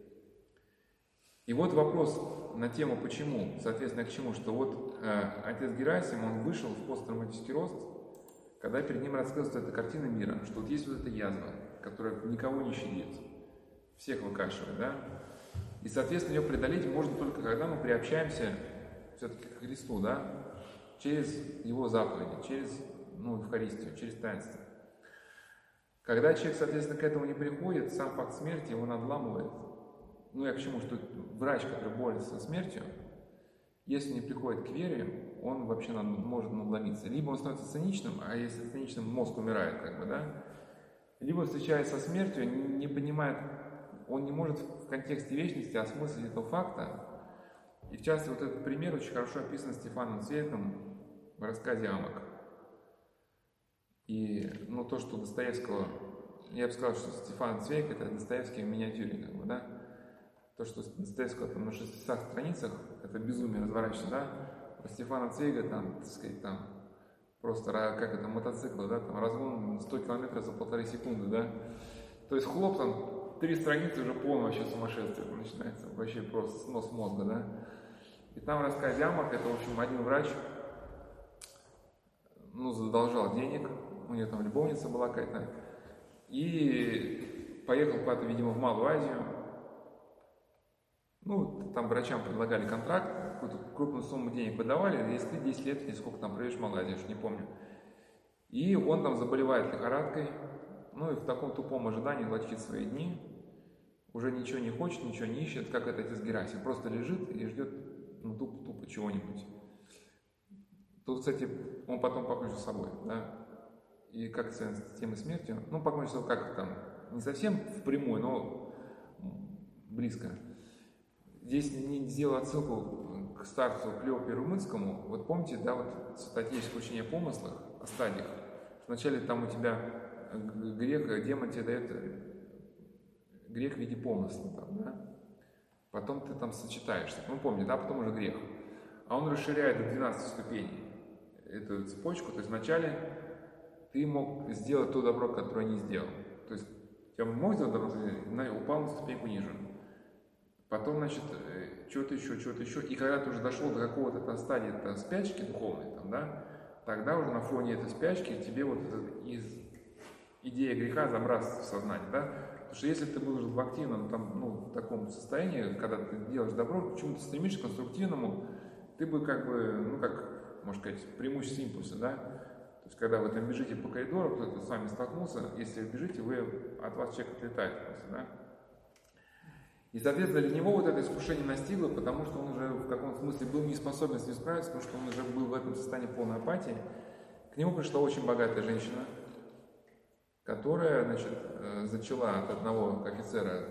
И вот вопрос на тему «почему?», соответственно, к чему, что вот э, отец Герасим, он вышел в посттравматический рост, когда перед ним раскрылась эта картина мира, что вот есть вот эта язва, которая никого не щадит, всех выкашивает, да? И, соответственно, ее преодолеть можно только когда мы приобщаемся все-таки к Христу, да? Через Его заповеди, через, ну, Евхаристию, через таинство. Когда человек, соответственно, к этому не приходит, сам факт смерти его надламывает. Ну, я к чему, что врач, который борется со смертью, если не приходит к вере, он вообще может надломиться. Либо он становится циничным, а если циничным, мозг умирает, как бы, да? Либо встречается со смертью, не понимает, он не может в контексте вечности осмыслить этого факта. И в частности, вот этот пример очень хорошо описан Стефаном Цвейгом в рассказе «Амок». И, ну, то, что Достоевского, я бы сказал, что Стефан Цвейг – это Достоевский в миниатюре, как бы, да? То, что Достоевского там на шестистах страницах, это безумие разворачивается, да? У Стефана Цвейга там, так сказать, там, просто, как это, мотоцикл, да, там, разгон сто километров за полторы секунды, да? То есть хлоп, там, три страницы уже полное вообще сумасшествие начинается, вообще просто снос мозга, да? И там в рассказе «Амок», это, в общем, один врач, ну, задолжал денег, у нее там любовница была какая-то, и поехал куда-то, видимо, в Малую Азию. Ну, там врачам предлагали контракт, какую-то крупную сумму денег выдавали, если ты десять лет, или сколько там проведешь в Малайзии, я уж не помню. И он там заболевает лихорадкой, ну и в таком тупом ожидании влачит свои дни, уже ничего не хочет, ничего не ищет, как этот отец Герасим, просто лежит и ждет, ну, тупо-тупо чего-нибудь. Тут, кстати, он потом покончил с собой, да, и как связано с темой смерти, ну, покончил с собой как там, не совсем впрямую, но близко. Здесь не сделал отсылку к старцу Клеопе Румынскому. Вот помните, да, вот святоотеческое учение о помыслах, о стадиях. Вначале там у тебя грех, демон тебе дает грех в виде помысла, там, да? Потом ты там сочетаешься. Ну, помните, да, потом уже грех. А он расширяет до двенадцати ступеней эту цепочку. То есть вначале ты мог сделать то добро, которое не сделал. То есть я мог сделать добро, упал на ступеньку ниже. Потом, значит, что-то еще, что-то еще. И когда ты уже дошел до какого-то стадии это, спячки духовной, там, да, тогда уже на фоне этой спячки тебе вот из идея греха забрасывается в сознание, да. Потому что если ты был уже в активном, там, ну, в таком состоянии, когда ты делаешь добро, к чему-то стремишься, к конструктивному, ты бы как бы, ну, как, можно сказать, преимущество импульса, да. То есть, когда вы там бежите по коридору, кто-то с вами столкнулся, если вы бежите, вы, от вас человек отлетает просто, да. И, соответственно, для него вот это искушение настигло, потому что он уже в каком-то смысле был не способен с ним справиться, потому что он уже был в этом состоянии полной апатии. К нему пришла очень богатая женщина, которая, значит, зачала от одного офицера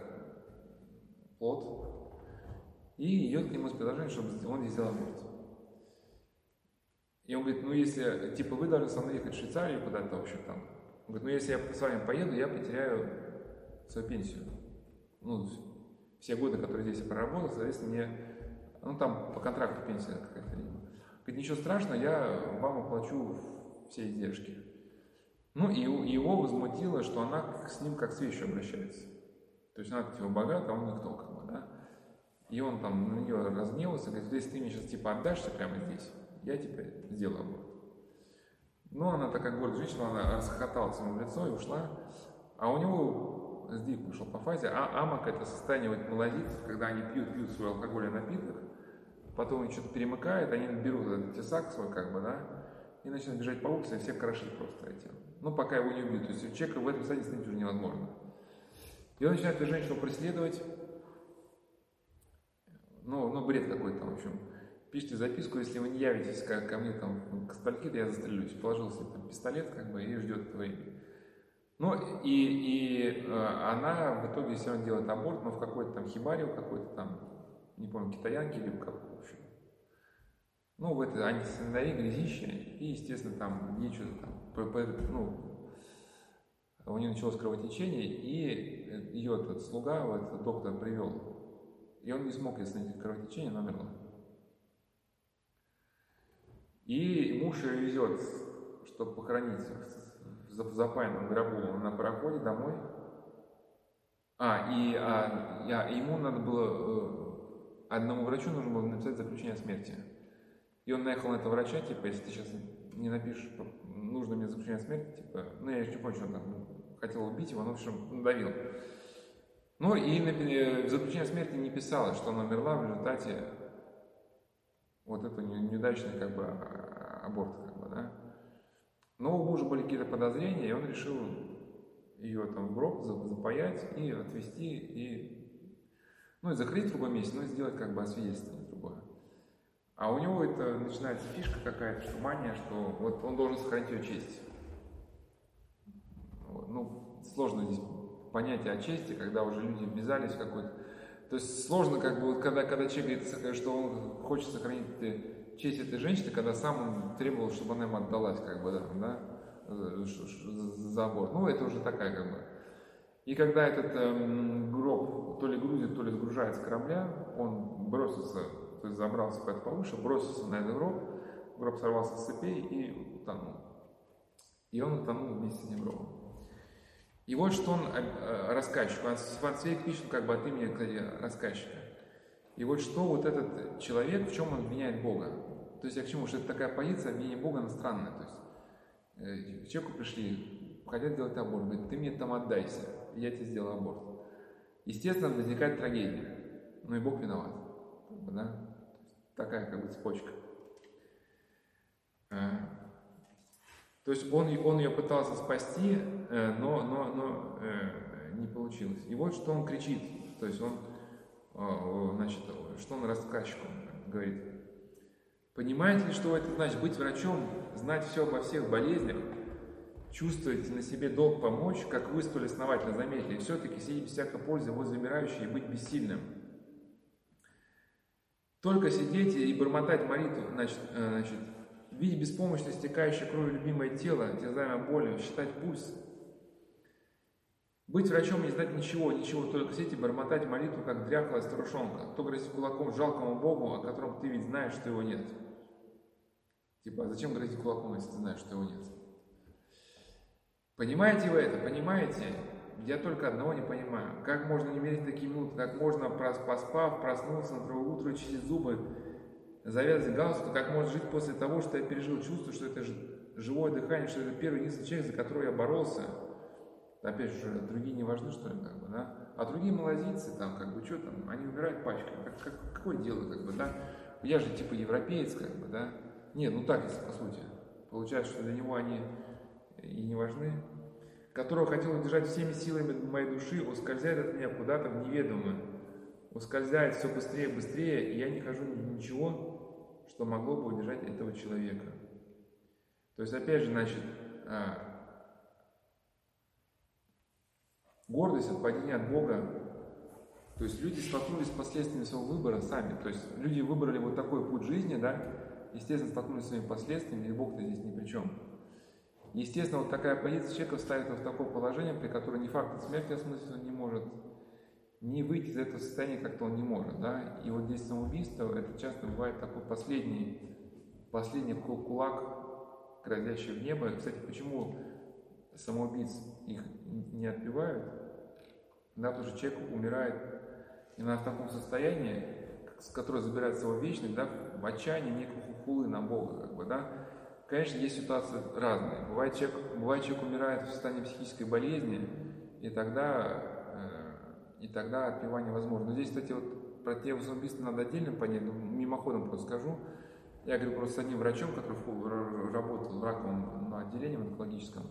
плод и идет к нему с предложением, чтобы он сделал аборт. И он говорит, ну если, типа, вы должны со мной ехать в Швейцарию куда-то вообще там. Он говорит, ну если я с вами поеду, я потеряю свою пенсию. Ну, все годы, которые здесь я проработал, соответственно, мне, ну там по контракту пенсия какая-то. Говорит, ничего страшного, я вам оплачу все издержки. Ну и его возмутило, что она с ним как с вещью обращается. То есть она типа богата, а он никто, как бы, да. И он там на нее разгневался, говорит, если ты мне сейчас типа отдашься прямо здесь, я типа сделаю аборт. Ну она такая гордая женщина, она расхохоталась ему в лицо и ушла. А у него сдвиг пошел по фазе. А амок — это состояние вот молодицев, когда они пьют, пьют свой алкогольный напиток, потом они что-то перемыкают, они берут этот тесак свой, как бы, да, и начинают бежать по улице, и всех крошить просто этим. Ну, пока его не убьют. То есть у человека в этом состоянии становиться уже невозможно. И он начинает эту женщину преследовать. Ну, ну бред какой-то, в общем. Пишите записку, если вы не явитесь ко, ко мне там к стальке, то я застрелюсь. Положил себе там пистолет, как бы, и ждет времени. Ну, и, и э, она в итоге все равно делает аборт, но в какой-то там хибаре, в какой-то там, не помню, китаянке или в какой, в общем. Ну, в этой антисанитарии, грязище, и, естественно, там ей что-то там, ну, у нее началось кровотечение, и ее этот слуга, вот, этот доктор привел, и он не смог ей остановить кровотечение, она умерла. И муж ее везет, чтобы похоронить в запаянном гробу на пароходе домой. А, и а, я, ему надо было, одному врачу нужно было написать заключение о смерти. И он наехал на этого врача, типа, если ты сейчас не напишешь, нужно мне заключение о смерти, типа, ну, я еще не помню, что он там хотел убить его, но, в общем, надавил. Ну, и в заключении о смерти не писалось, что она умерла в результате вот этого неудачный, как бы, аборт, как бы, да. Но у мужа были какие-то подозрения, и он решил ее там в гроб запаять и отвезти, и, ну, и закрыть в другом месте, но сделать как бы освидетельствование другое. А у него это начинается фишка какая-то, что мания, что вот он должен сохранить ее честь. Вот. Ну, сложно здесь понятие о чести, когда уже люди ввязались в какой-то... То есть сложно, как бы, вот, когда, когда человек говорит, что он хочет сохранить честь этой женщины, когда сам он требовал, чтобы она ему отдалась, как бы, да, да, за аборт. Ну, это уже такая, как бы. И когда этот эм, гроб то ли грузит, то ли сгружает с корабля, он бросился, то есть забрался куда-то повыше, бросился на этот гроб, гроб сорвался с цепей и утонул. И он утонул вместе с этим гробом. И вот что он рассказчик. Иван Цвейг пишет как бы от имени, кстати, рассказчика. И вот что вот этот человек, в чем он обвиняет Бога. То есть я к чему? Что это такая позиция обвинения Бога, она странная. То есть к человеку пришли, хотят делать аборт, говорят, ты мне там отдайся, я тебе сделаю аборт. Естественно, возникает трагедия. Ну и Бог виноват. Как бы, да? Такая как бы цепочка. То есть он, он ее пытался спасти, но, но, но э, не получилось. И вот что он кричит, то есть он, значит, что он рассказчику говорит. Понимаете ли, что это значит быть врачом, знать все обо всех болезнях, чувствовать на себе долг помочь, как вы столь основательно заметили, и все-таки сидеть без всякой пользы возле умирающей и быть бессильным. Только сидеть и бормотать молитву, значит, значит видеть беспомощно стекающее кровью любимое тело, терзаемое болью, считать пульс. Быть врачом не знать ничего, ничего, только сидеть и бормотать молитву, как дряхлая старушонка, кто грозит кулаком жалкому Богу, о котором ты ведь знаешь, что его нет. Типа, а зачем грозить кулаком, если ты знаешь, что его нет? Понимаете вы это? Понимаете? я только одного не понимаю. Как можно не верить в такие минуты, как можно, поспав, проснуться, на другое утро, чистить зубы, завязывать галстук, как можно жить после того, что я пережил, чувство, что это живое дыхание, что это первый единственный человек, за которого я боролся. Опять же, другие не важны, что ли, как бы, да? А другие малазийцы, там, как бы, что там, они умирают пачками. Как, как, какое дело, как бы, да? Я же, типа, европеец, как бы, да? Нет, ну так, если по сути. Получается, что для него они и не важны. Которого хотел удержать всеми силами моей души, ускользает от меня куда-то в неведомое. Ускользает все быстрее и быстрее, и я не хожу ничего, что могло бы удержать этого человека. То есть, опять же, значит, гордость от падения от Бога. То есть люди столкнулись с последствиями своего выбора сами. То есть люди выбрали вот такой путь жизни, да, естественно, столкнулись с своими последствиями, и Бог-то здесь ни при чем. Естественно, вот такая позиция человека ставит его в такое положение, при котором ни факт смерти осмыслить не может, ни выйти из этого состояния как-то он не может, да. И вот здесь самоубийство, это часто бывает такой последний, последний кулак, грозящий в небо. Кстати, почему самоубийц их не отбивают? Да, потому что человек умирает именно в таком состоянии, с которого забирается его вечность, да, в отчаянии, некой хулы на Бога, как бы, да. Конечно, есть ситуации разные. Бывает человек, бывает, человек умирает в состоянии психической болезни, и тогда, э, и тогда отпевание возможно. Но здесь, кстати, вот про тему самоубийства надо отдельно понять, но мимоходом просто скажу. Я говорю просто с одним врачом, который работал в раковом отделении, в онкологическом.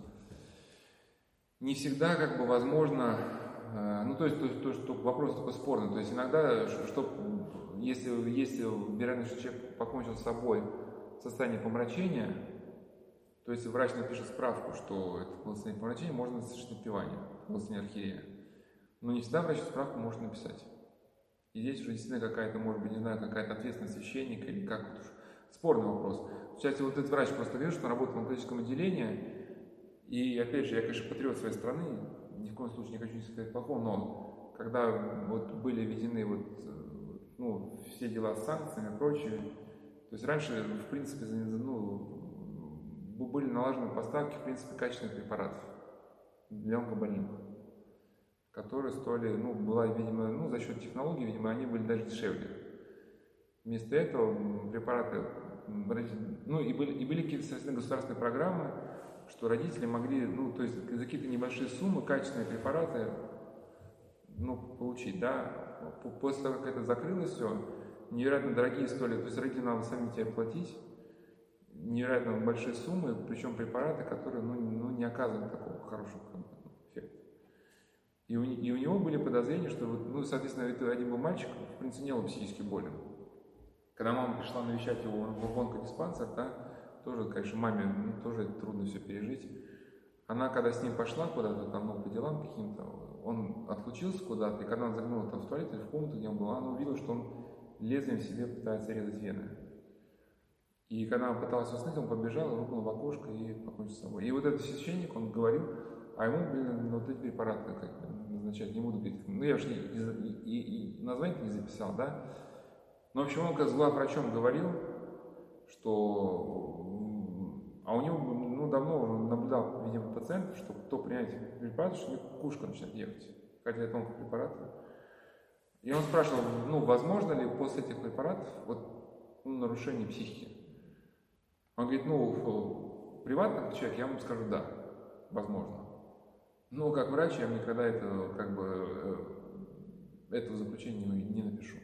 Не всегда как бы возможно, э, ну то есть, то, то, что вопрос такой спорный. То есть иногда, что, если, если вероятность, что человек покончил с собой в состоянии помрачения, то есть врач напишет справку, что это было состояние помрачения, можно совершить отпевание, было состояние архиерея. Но не всегда врач справку может написать. И здесь уже действительно какая-то, может быть, не знаю, какая-то ответственность священника или как, вот уж спорный вопрос. Сейчас вот этот врач просто говорит, что он работает в онкологическом отделении, и опять же, я, конечно, патриот своей страны, ни в коем случае не хочу сказать плохого, но когда вот были введены вот, ну, все дела с санкциями и прочее, то есть раньше, в принципе, ну, были налажены поставки, в принципе, качественных препаратов для онкобольных, которые стоили, ну, была, видимо, ну, за счет технологий, видимо, они были даже дешевле. Вместо этого препараты, ну, и были, и были какие-то совершенно государственные программы, что родители могли, ну, то есть за какие-то небольшие суммы качественные препараты, ну, получить, да. После того, как это закрылось все, невероятно дорогие стоили, то есть родители надо сами тебе платить, невероятно большие суммы, причем препараты, которые, ну, ну не оказывают такого хорошего эффекта. И у, и у него были подозрения, что, вот, ну, соответственно, это один был мальчик, в принципе, не был психически болен. Когда мама пришла навещать его в онкодиспансер, да, тоже, конечно, маме, ну, тоже трудно все пережить. Она, когда с ним пошла куда-то, там, ну, по делам каким-то, он отлучился куда-то, и когда она загнула там в туалет или в комнату, где он был, она увидела, что он лезвием себе пытается резать вены. И когда она пыталась уснуть, он побежал, рухнул в окошко и покончил с собой. И вот этот священник, он говорил, а ему, блин, вот эти препараты как бы назначать не буду говорить. Ну, я уж и, и, и, и название не записал, да. Но, в общем, он как с главврачом говорил, что... А у него, ну, давно уже наблюдал, видимо, пациентов, что кто принять препараты, что у них кукушка начинает ехать. Хотя это онкопрепараты. И он спрашивал, ну, возможно ли после этих препаратов вот, ну, нарушение психики. Он говорит, ну, приватно как человек, я вам скажу, да, возможно. Но как врач я никогда это, как бы, этого заключения не, не напишу.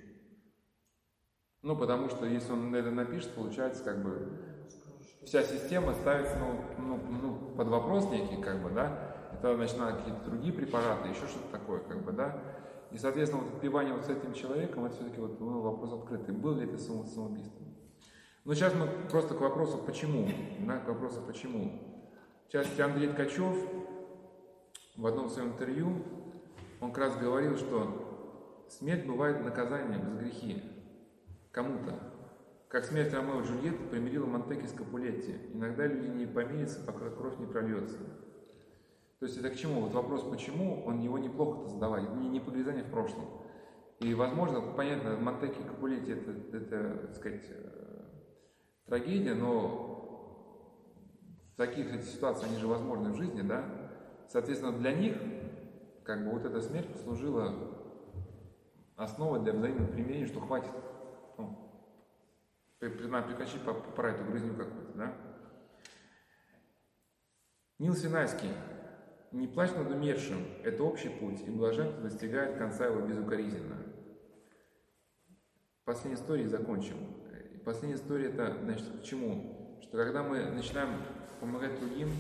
Ну, потому что если он это напишет, получается, как бы, вся система ставится, ну, ну, ну, под вопрос некий, как бы, да, это начинают какие-то другие препараты, еще что-то такое, как бы, да. И, соответственно, вот отпевание вот с этим человеком, это все-таки вот, ну, вопрос открытый. Был ли это самоубийством? Но сейчас мы просто к вопросу «почему?», да, к вопросу «почему?». В частности, Андрей Ткачев в одном своем интервью, он как раз говорил, что смерть бывает наказанием за грехи кому-то. Как смерть Ромео и Джульетты примирила Монтеки с Капулетти. Иногда люди не помирятся, пока кровь не прольется. То есть это к чему? Вот вопрос «почему?», он его неплохо-то задавать, не, не погрязание в прошлом. И, возможно, понятно, Монтеки и Капулетти это, это, так сказать, трагедия, но такие, кстати, ситуации, они же возможны в жизни, да? Соответственно, для них как бы вот эта смерть послужила основой для взаимного примирения, что хватит, ну, надо прекращать пора эту грызню какую-то, да? Нил Синайский. Не плачь над умершим, это общий путь, и блаженство достигает конца его безукоризненно. Последней историей закончим. Последняя история это, значит, к чему? Что когда мы начинаем помогать другим,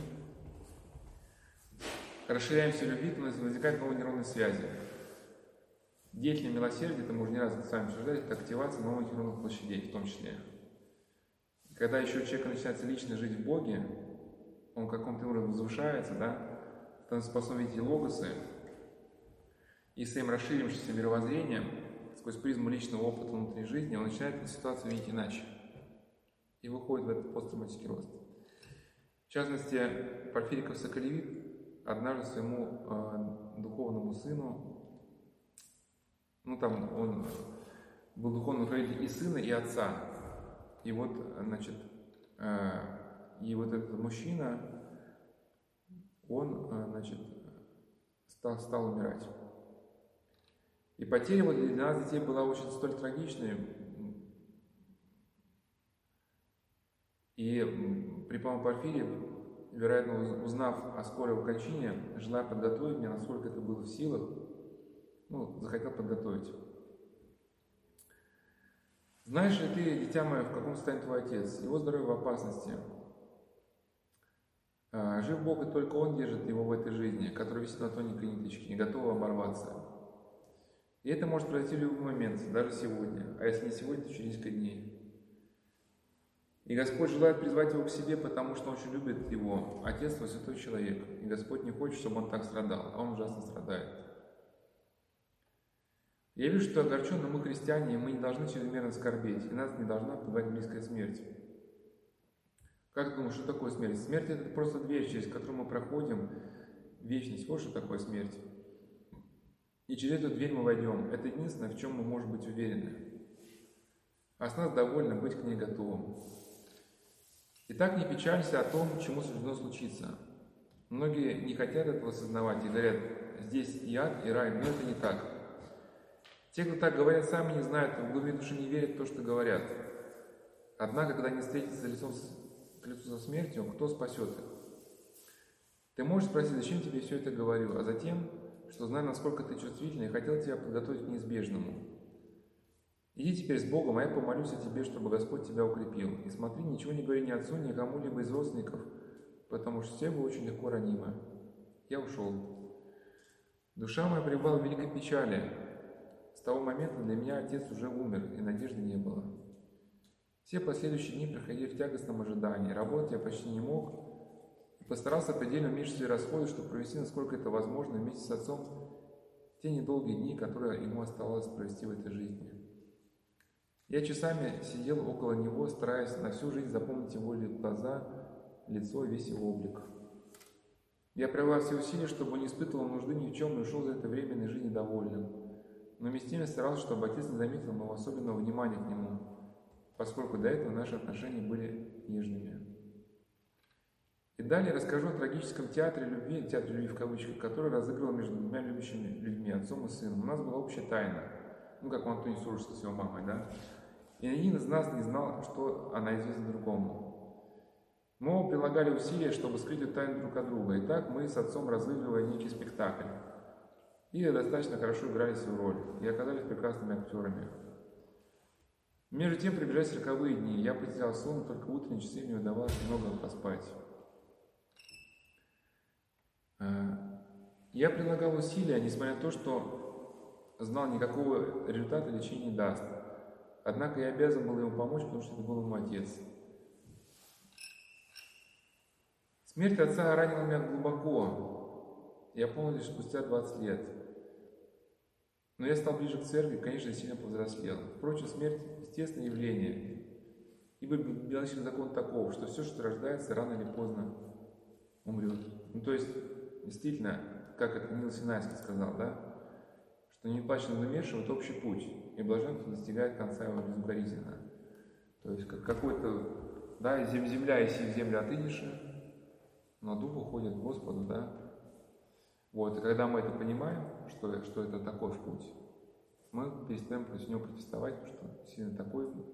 расширяемся в любви, то у нас возникают новые нейронные связи. Деятельное милосердие, это мы уже не раз с вами обсуждали, это активация новых нейронных площадей в том числе. Когда еще у человека начинается лично жить в Боге, он в каком-то уровне возвышается, да, становится способен видеть логосы, и своим расширившимся мировоззрением, сквозь призму личного опыта внутри жизни, он начинает эту ситуацию видеть иначе. И выходит в этот посттравматический рост. В частности, Порфирий Соколевит однажды своему э, духовному сыну, ну там он был духовным руководителем и сына, и отца. И вот, значит, э, и вот этот мужчина, он, э, значит, стал, стал умирать. И потеря вот для нас, детей, была очень столь трагичной. И при Павле Порфирии, вероятно, узнав о скорой его кончине, желая подготовить меня, насколько это было в силах, ну, захотел подготовить. Знаешь ли ты, дитя мое, в каком состоянии твой отец? Его здоровье в опасности. Жив Бог, и только Он держит его в этой жизни, которая висит на тоненькой ниточке, не готова оборваться. И это может произойти в любой момент, даже сегодня, а если не сегодня, то через несколько дней. И Господь желает призвать его к себе, потому что Он очень любит его. Отец твой святой человек, и Господь не хочет, чтобы он так страдал, а он ужасно страдает. Я вижу, что огорченно мы, христиане, и мы не должны чрезмерно скорбеть, и нас не должна пугать близкая смерть. Как ты думаешь, что такое смерть? Смерть – это просто дверь, через которую мы проходим в вечность. Вот что такое смерть. И через эту дверь мы войдем. Это единственное, в чем мы можем быть уверены. А с нас довольно быть к ней готовым. Итак, не печалься о том, чему суждено случиться. Многие не хотят этого осознавать и говорят, здесь и ад, и рай, но это не так. Те, кто так говорят, сами не знают, в глубине души не верят в то, что говорят. Однако, когда они встретятся лицом к лицу со смертью, кто спасет их? Ты можешь спросить, зачем тебе все это говорю, а затем, что знаю, насколько ты чувствительный, и хотел тебя подготовить к неизбежному. Иди теперь с Богом, а я помолюсь о тебе, чтобы Господь тебя укрепил. И смотри, ничего не говори ни отцу, ни кому-либо из родственников, потому что все вы очень легко ранимы. Я ушел. Душа моя пребывала в великой печали. С того момента для меня отец уже умер, и надежды не было. Все последующие дни проходили в тягостном ожидании. Работать я почти не мог, и постарался предельно уменьшить свои расходы, чтобы провести, насколько это возможно, вместе с отцом те недолгие дни, которые ему оставалось провести в этой жизни. Я часами сидел около него, стараясь на всю жизнь запомнить его глаза, лицо и весь его облик. Я прилагал все усилия, чтобы он не испытывал нужды ни в чем и ушел за это временной жизни довольным. Но местами старался, чтобы отец не заметил моего особенного внимания к нему, поскольку до этого наши отношения были нежными. И далее расскажу о трагическом театре любви, театре любви в кавычках, который разыгрывал между двумя любящими людьми, отцом и сыном. У нас была общая тайна, ну как у Антония Сурожского с его мамой, да? И один из нас не знал, что она известна другому. Мы оба прилагали усилия, чтобы скрыть эту тайну друг от друга. И так мы с отцом разыгрывали некий спектакль. И достаточно хорошо играли свою роль, и оказались прекрасными актерами. Между тем приближались роковые дни, я потерял сон, только в утренние часы мне удавалось немного поспать. Я прилагал усилия, несмотря на то, что знал, никакого результата лечение не даст. Однако я обязан был ему помочь, потому что это был ему отец. Смерть отца ранила меня глубоко. Я понял лишь спустя двадцать лет. Но я стал ближе к церкви, конечно, сильно повзрослел. Впрочем, смерть – естественное явление. Ибо биологический закон таков, что все, что рождается, рано или поздно умрет. Ну, то есть, действительно, как это Нил Синайский сказал, да? Что не плачь над умершим – это общий путь, и блаженство достигает конца его безукоризненно. То есть, как какой-то, да, земля, если в землю отыдешь, но дух уходит к Господу, да? Вот, и когда мы это понимаем, что, что это такой путь, мы перестаем против него протестовать, что сильно такой путь.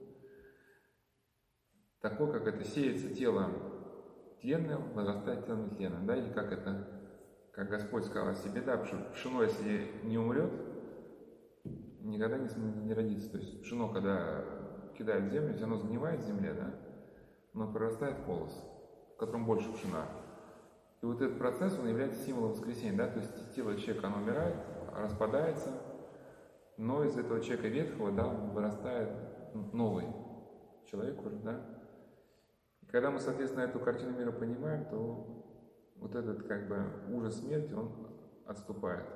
Такой, как это сеется тело тленное, возрастает тело нетленное, да, или как это, как Господь сказал о себе, да, пшено, если не умрет, никогда не, не родится. То есть пшено, когда кидают в землю, оно сгнивает в земле, да, но прорастает колос, в котором больше пшена. И вот этот процесс, он является символом воскресения, да, то есть тело человека, оно умирает, распадается, но из этого человека ветхого, да, вырастает новый человек уже, да. И когда мы, соответственно, эту картину мира понимаем, то вот этот, как бы, ужас смерти, он отступает.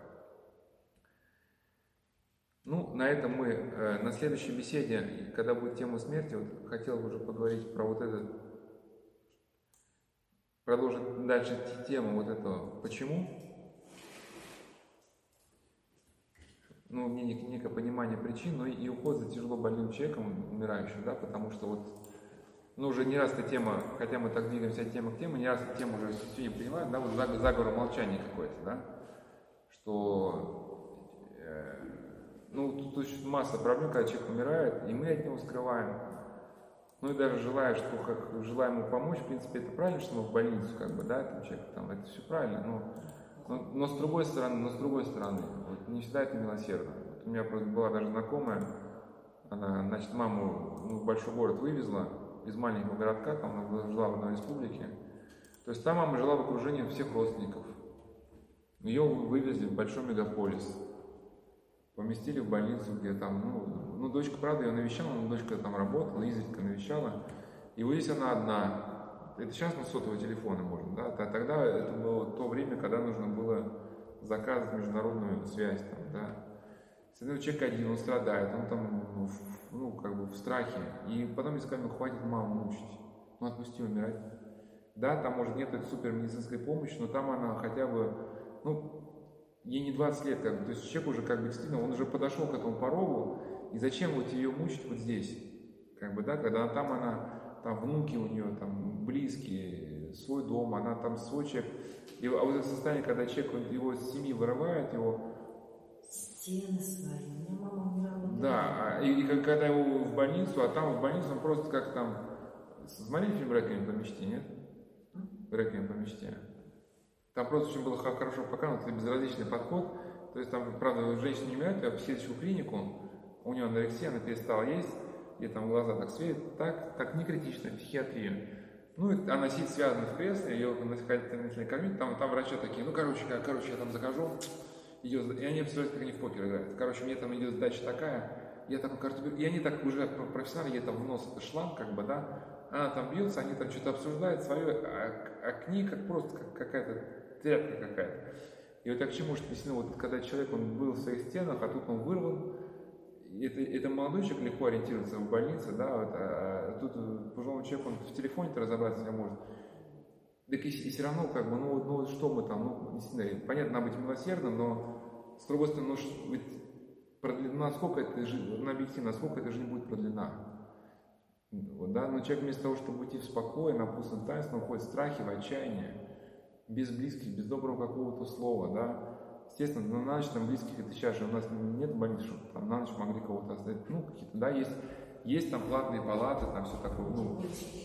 Ну, на этом мы, э, на следующей беседе, когда будет тема смерти, вот хотел бы уже поговорить про вот этот, продолжить дальше тему вот этого «почему?». Ну, мне некое понимание причин, но и уход за тяжело больным человеком, умирающим, да, потому что вот, ну, уже не раз эта тема, хотя мы так двигаемся от темы к теме, не раз эта тема уже сегодня понимаем, да, вот заговор молчания какой-то, да, что, э, ну, тут, тут масса проблем, когда человек умирает, и мы от него скрываем, ну, и даже желая, что, как, желаем ему помочь, в принципе, это правильно, что мы в больницу, как бы, да, там человек, там, это все правильно, но Но, но с другой стороны, но с другой стороны, вот не всегда это милосердно. Вот у меня просто была даже знакомая, она, значит, маму ну, в большой город вывезла из маленького городка, там она жила в одной республике. То есть там мама жила в окружении всех родственников. Ее вывезли в большой мегаполис, поместили в больницу, где там, ну, ну дочка, правда, ее навещала, но дочка там работала, изредка навещала. И вот здесь она одна. Это сейчас на сотовые телефоны можно, да? Тогда это было то время, когда нужно было заказывать международную связь, там, да? Если человек один, он страдает, он там, ну, как бы в страхе, и потом мне сказали, ну, хватит маму мучить, ну, отпусти умирать. Да, там, может, нет этой супер медицинской помощи, но там она хотя бы, ну, ей не двадцать лет, как бы, то есть человек уже, как бы, действительно, он уже подошел к этому порогу, и зачем вот ее мучить вот здесь, как бы, да, когда там она... Там внуки у нее, там близкие, свой дом, она там свой человек. И, а вот это состояние, когда человек его из семьи вырывает, его... Стены свои, у меня мама умирала. Да, и, и когда его в больницу, а там в больницу он просто как там... Смотрели фильм «Реквием по мечте», нет? «Реквием по мечте». Там просто очень было хорошо показано, это безразличный подход. То есть там, правда, женщина не умирает, а в следующую клинику, у нее анорексия, она перестала есть, и там глаза так светят, так, так не критично, психиатрия. Ну, и она сидит связана в кресле, ее начали кормить, там, там врачи такие, ну, короче, я, короче, я там закажу, идет, и они представляют, как они в покер играют. Короче, мне там идет задача такая, я такую карту беру, и они так уже профессионально, ей там в нос это шланг, как бы, да, она там бьется, они там что-то обсуждают свое, а, а книга просто как какая-то тряпка какая-то. И вот я к чему, что действительно, вот когда человек, он был в своих стенах, а тут он вырван, Это, это молодой человек легко ориентируется в больнице, да, вот, а тут пожилой человек, он в телефоне-то разобраться не может. Так и, и все равно, как бы, ну, ну что мы там, ну, действительно, понятно, надо быть милосердным, но с другой стороны, ну, ведь продлена, насколько это жизнь, на объективно, насколько эта жизнь будет продлена. Вот, да, но человек вместо того, чтобы уйти в спокой, на вкусное таинство, уходит в страхе, в отчаяние, без близких, без доброго какого-то слова, да. Естественно, ну, на ночь там близких, это сейчас же у нас нет больниц, чтобы там на ночь могли кого-то оставить. Ну, какие-то, да, есть, есть там платные палаты, там все такое. Ну.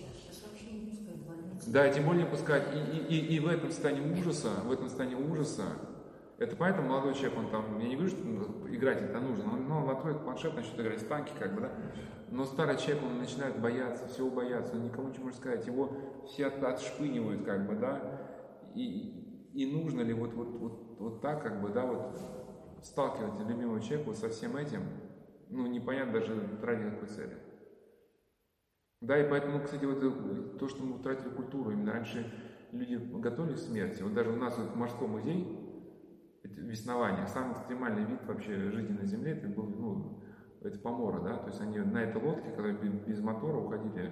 Да, тем более не пускать. И, и, и, и в этом состоянии ужаса, в этом состоянии ужаса, это поэтому молодой человек, он там, я не говорю, что играть это нужно, но он, он откроет планшет, начнет играть в танки, как бы, да. Но старый человек, он начинает бояться, всего бояться, он никому ничего не может сказать, его все от, отшпынивают, как бы, да. И, И нужно ли вот, вот, вот, вот так, как бы, да, вот сталкивать любимого человека со всем этим, ну, непонятно даже ради какой цели. Да, и поэтому, кстати, вот то, что мы утратили культуру, именно раньше люди готовились к смерти. Вот даже у нас вот морской музей, веснование, самый экстремальный вид вообще жизни на Земле, это был, ну, это помора, да, то есть они на этой лодке, когда без мотора уходили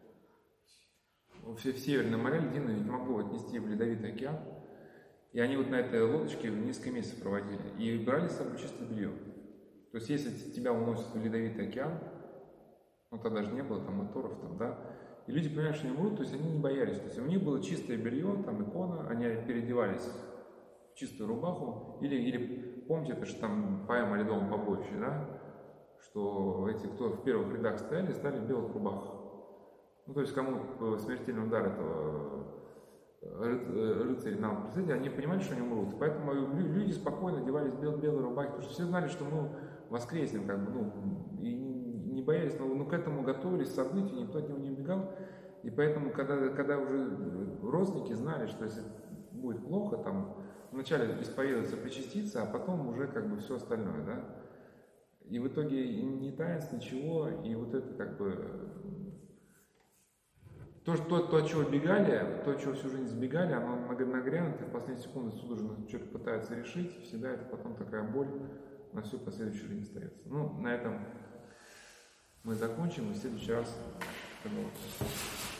в Северное море, льдины не могло отнести в Ледовитый океан. И они вот на этой лодочке несколько месяцев проводили. И брали с собой чистое белье. То есть, если тебя уносят в Ледовитый океан, ну, тогда же не было там моторов, там, да, и люди понимают, что они умрут, то есть они не боялись. То есть у них было чистое белье, там икона, они переодевались чистую рубаху, или, или помните, это же там поэма «Ледовом побоище», да? Что эти, кто в первых рядах стояли, стали в белых рубахах. Ну, то есть, кому смертельный удар этого рыцаря нам представить, они понимали, что они умрут. Поэтому люди спокойно одевались в бел, белые рубахи, потому что все знали, что мы воскреснем, как бы, ну, и не боялись, но, но к этому готовились, события, никто от него не убегал. И поэтому, когда, когда уже родственники знали, что если будет плохо, там, вначале исповедоваться, причаститься, а потом уже как бы все остальное, да. И в итоге ни таинств, ничего, и вот это как бы... То, то, то, от чего бегали, то, от чего всю жизнь сбегали, оно нагрянет, и в последние секунды судорожно что-то пытается решить, и всегда это потом такая боль на всю последующую жизнь остается. Ну, на этом мы закончим, и в следующий раз продолжим.